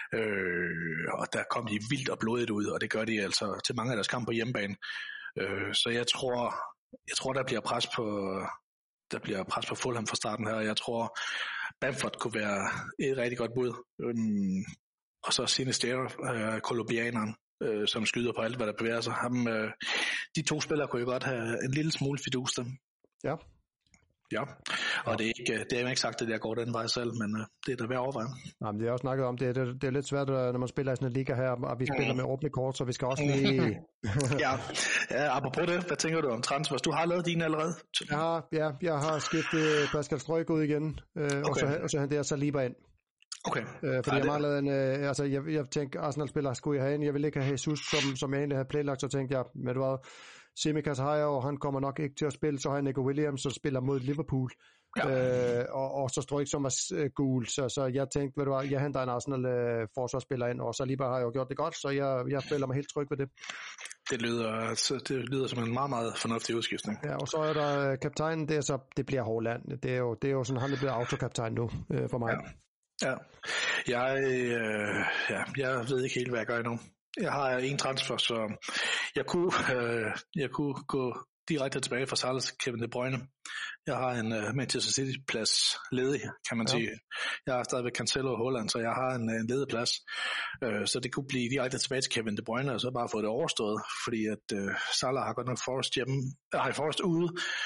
øh, og der kom de vildt og blodigt ud, og det gør de altså til mange af deres kampe på hjemmebane. Øh, så jeg tror, jeg tror der bliver pres på, der bliver pres på Fulham fra starten her. Jeg tror Bamford kunne være et rigtig godt bud, øh, og så Sinisterra, øh, kolumbianeren, øh, som skyder på alt hvad der bevæger sig. Ham, øh, de to spillere kunne jo godt have en lille smule fidus dem. Ja. Ja, og det er, ikke, det er jo ikke sagt, at jeg går den vej selv, men uh, det er da værd at overveje. Nej, men det er også snakket om, det er, det er lidt svært, når man spiller i sådan en liga her, og vi spiller mm. med åbne kort, så vi skal også lige... ja. ja, apropos det, hvad tænker du om transfers? Du har lavet dine allerede? Ja, ja, jeg har skiftet Pascal Strøjk ud igen, øh, okay. og, så, og så hentede jeg Saliba ind. Okay. Øh, fordi Ej, jeg manglede en, øh, altså jeg, jeg tænkte, Arsenal-spiller skulle jeg have ind, jeg ville ikke have Jesus, som, som jeg egentlig havde planlagt, så tænkte jeg, med du hvad, Tsimikas har jeg, og han kommer nok ikke til at spille. Så har jeg Nico Williams, som spiller mod Liverpool. Ja. Øh, og, og så Struijk, som var øh, gul. Så, så jeg tænkte, ved du hvad, jeg henter en Arsenal-forsvarsspiller øh, ind, og så lige bare har jeg jo gjort det godt, så jeg, jeg føler mig helt tryg ved det. Det lyder, det lyder som en meget, meget fornuftig udskiftning. Ja, og så er der kaptajnen, det er så, det bliver Haaland. Det er jo, det er jo sådan, han er blevet autokaptajn nu øh, for mig. Ja, ja. Jeg, øh, ja, jeg ved ikke helt, hvad jeg gør endnu. Jeg har en transfer, så jeg kunne, øh, jeg kunne gå direkte tilbage fra Salah til Kevin De Bruyne. Jeg har en uh, Manchester City-plads ledig, kan man ja. sige. Jeg har stadigvæk Cancelo og Haaland, så jeg har en, en ledig plads. Uh, så det kunne blive direkte tilbage til Kevin De Bruyne, og så bare få det overstået, fordi at uh, Salah har godt nok Forrest hjemme, har Forrest ude.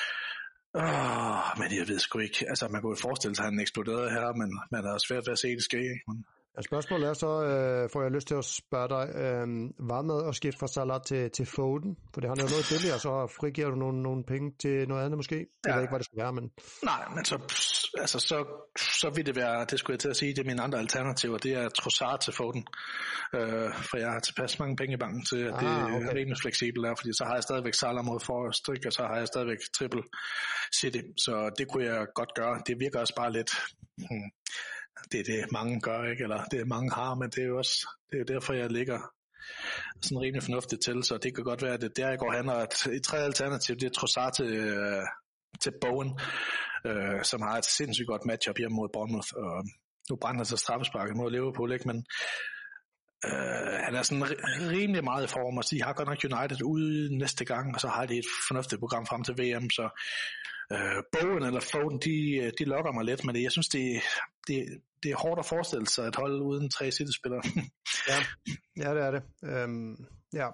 Oh, men jeg ved sgu ikke. Altså, man kunne forestille sig, at han eksploderede her, men man har svært ved at se det ske. Men ja, spørgsmålet er så, øh, får jeg lyst til at spørge dig, øh, hvad med at skifte fra Salah til, til Foden? For det har jo noget billigere, så frigiver du nogle, nogle penge til noget andet måske? Jeg ja. ved ikke, hvad det skal være, men... Nej, men så, altså, så, så vil det være, det skulle jeg til at sige, det er mine andre alternativer, det er Trossard til Foden. Øh, for jeg har tilpas mange penge i banken til, at ah, det er okay. rimelig fleksibelt der, fordi så har jeg stadigvæk Salah mod Forrest, og så har jeg stadigvæk Triple City, så det kunne jeg godt gøre. Det virker også bare lidt... Hmm. Det er det, mange gør, ikke? Eller det er mange har, men det er jo også, det er jo derfor, jeg ligger sådan rimelig fornuftigt til, så det kan godt være, at det der, jeg går hen, og et tredje alternativ, det er Trossard til, øh, til Bowen, øh, som har et sindssygt godt matchup hjemme mod Bournemouth, og nu brænder han sig straffesparket mod Liverpool, ikke? Men øh, han er sådan rimelig meget i form, og de har godt nok United ude næste gang, og så har de et fornuftigt program frem til V M, så øh, Bowen eller Foden, de, de lokker mig lidt, men jeg synes, det, det, det er hårdt at forestille sig at holde uden tre City-spillere. ja. ja, det er det. Øhm, ja.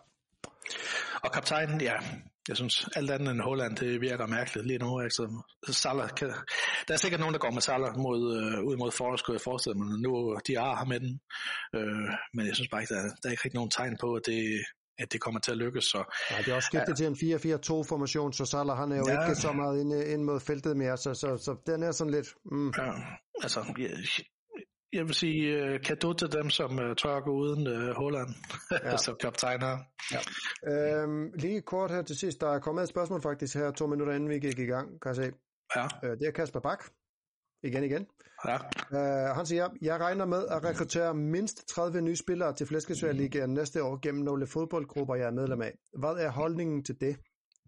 Og kaptajnen, ja, jeg synes, alt andet end Haaland, det virker mærkeligt lige nu. Altså, Salah kan, der er sikkert nogen, der går med Salah mod, øh, ud mod Forrest, kunne jeg forestille mig. Nu de har ham med den. Øh, men jeg synes bare ikke, der, der er ikke rigtig nogen tegn på, at det, at det kommer til at lykkes. Så, nej, det er også skiftet ja. til en fire fire to formation, så Salah han er jo ja. ikke så meget ind, ind mod feltet mere, så, så, så den er sådan lidt... Mm. Ja, altså... Jeg, Jeg vil sige uh, cadeau til dem, som uh, tør at gå uden uh, Haaland ja. som kaptajner. Ja. Øhm, lige kort her til sidst, der er kommet et spørgsmål faktisk her, to minutter inden vi gik i gang, kan jeg se. Ja. Øh, det er Kasper Bak. Igen igen. Ja. Øh, han siger, jeg regner med at rekruttere mindst tredive nye spillere til Flæskesværligaen næste år gennem nogle fodboldgrupper, jeg er medlem af. Hvad er holdningen til det?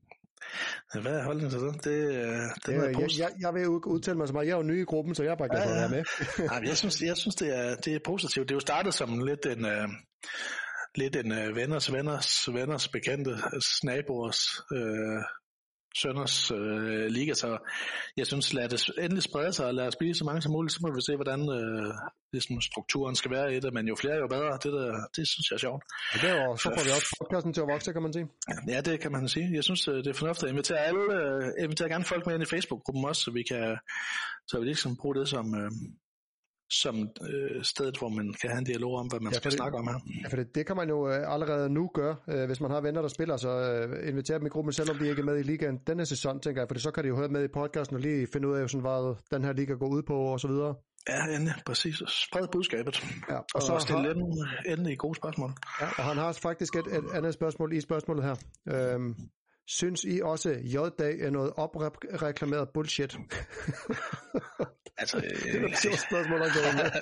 Hvad er holdningen til det? Det, det er jeg, jeg, jeg vil udtale mig som mig. Jeg er jo ny i gruppen, så jeg er bare glad for ja, at være med. Nej, jeg synes, jeg synes det, er, det er positivt. Det er jo startet som lidt en, uh, lidt en uh, venners, venners, venners bekendte, naboers, uh, sønners uh, liga, så jeg synes, lad det endelig sprede sig, og lad os blive så mange som muligt, så må vi se, hvordan uh, ligesom, strukturen skal være i det, men jo flere, jo bedre. Det, der, det synes jeg er sjovt. Ja, det er jo, så får vi også podcasten til at vokse, kan man sige. Ja, det kan man sige. Jeg synes, det er fornuftigt at invitere alle, uh, invitere gerne folk med ind i Facebook-gruppen også, så vi kan, så vi ligesom bruge det som... Uh, som øh, stedet, hvor man kan have en dialog om, hvad man ja, skal det, snakke om her. Ja, for det, det kan man jo øh, allerede nu gøre, øh, hvis man har venner, der spiller, så øh, inviterer dem i gruppen, selvom de ikke er med i ligaen denne sæson, tænker jeg, for så kan de jo høre med i podcasten og lige finde ud af, sådan, hvad den her liga går ud på, og så videre. Ja, endelig, præcis. Spred budskabet. Ja, og, og så stille har... endelig gode spørgsmål. Ja, og han har faktisk et, et andet spørgsmål i spørgsmålet her. Øhm, Synes I også, J-dag er noget opreklameret bullshit? Altså, det er et sjovt spørgsmål at gå med.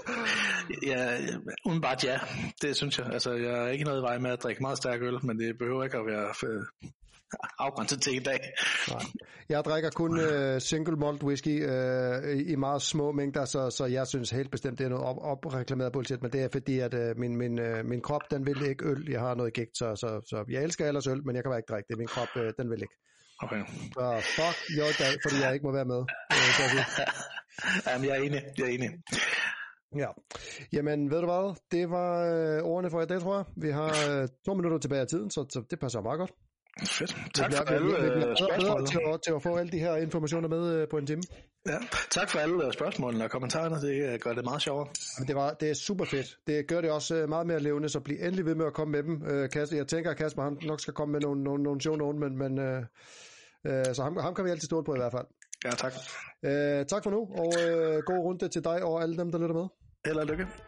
Ja, umiddelbart ja, det synes jeg. Altså, jeg er ikke noget i vej med at drikke meget stærk øl, men det behøver ikke at være afgrænset til en dag. Nej. Jeg drikker kun uh, single malt whisky uh, i, i meget små mængder, så, så jeg synes helt bestemt, det er noget op, opreklameret bullshit, men det er fordi, at uh, min, min, uh, min krop, den vil ikke øl. Jeg har noget gigt, så, så, så jeg elsker ellers øl, men jeg kan bare ikke drikke det. Min krop, uh, den vil ikke. Okay. Så fuck your dag, fordi jeg ikke må være med. Uh, Jamen, jeg er enig. Jeg er enig. Ja, jamen ved du hvad, det var øh, ordene for i dag, tror jeg. Vi har øh, to minutter tilbage af tiden, så, så det passer meget godt. Fedt. Tak for alle spørgsmålene. Til, til at få alle de her informationer med øh, på en time. Ja, tak for alle spørgsmålene og kommentarerne, det gør det meget sjovere. Jamen, det, var, det er super fedt. Det gør det også meget mere levende, så bliv endelig ved med at komme med dem. Øh, Kasper, jeg tænker, at Kasper han nok skal komme med nogle, nogle, nogle sjove nogen, men, men øh, øh, så ham, ham kan vi altid stole på i hvert fald. Ja, tak. Øh, tak for nu, og øh, god runde til dig og alle dem, der lytter med. Held og lykke.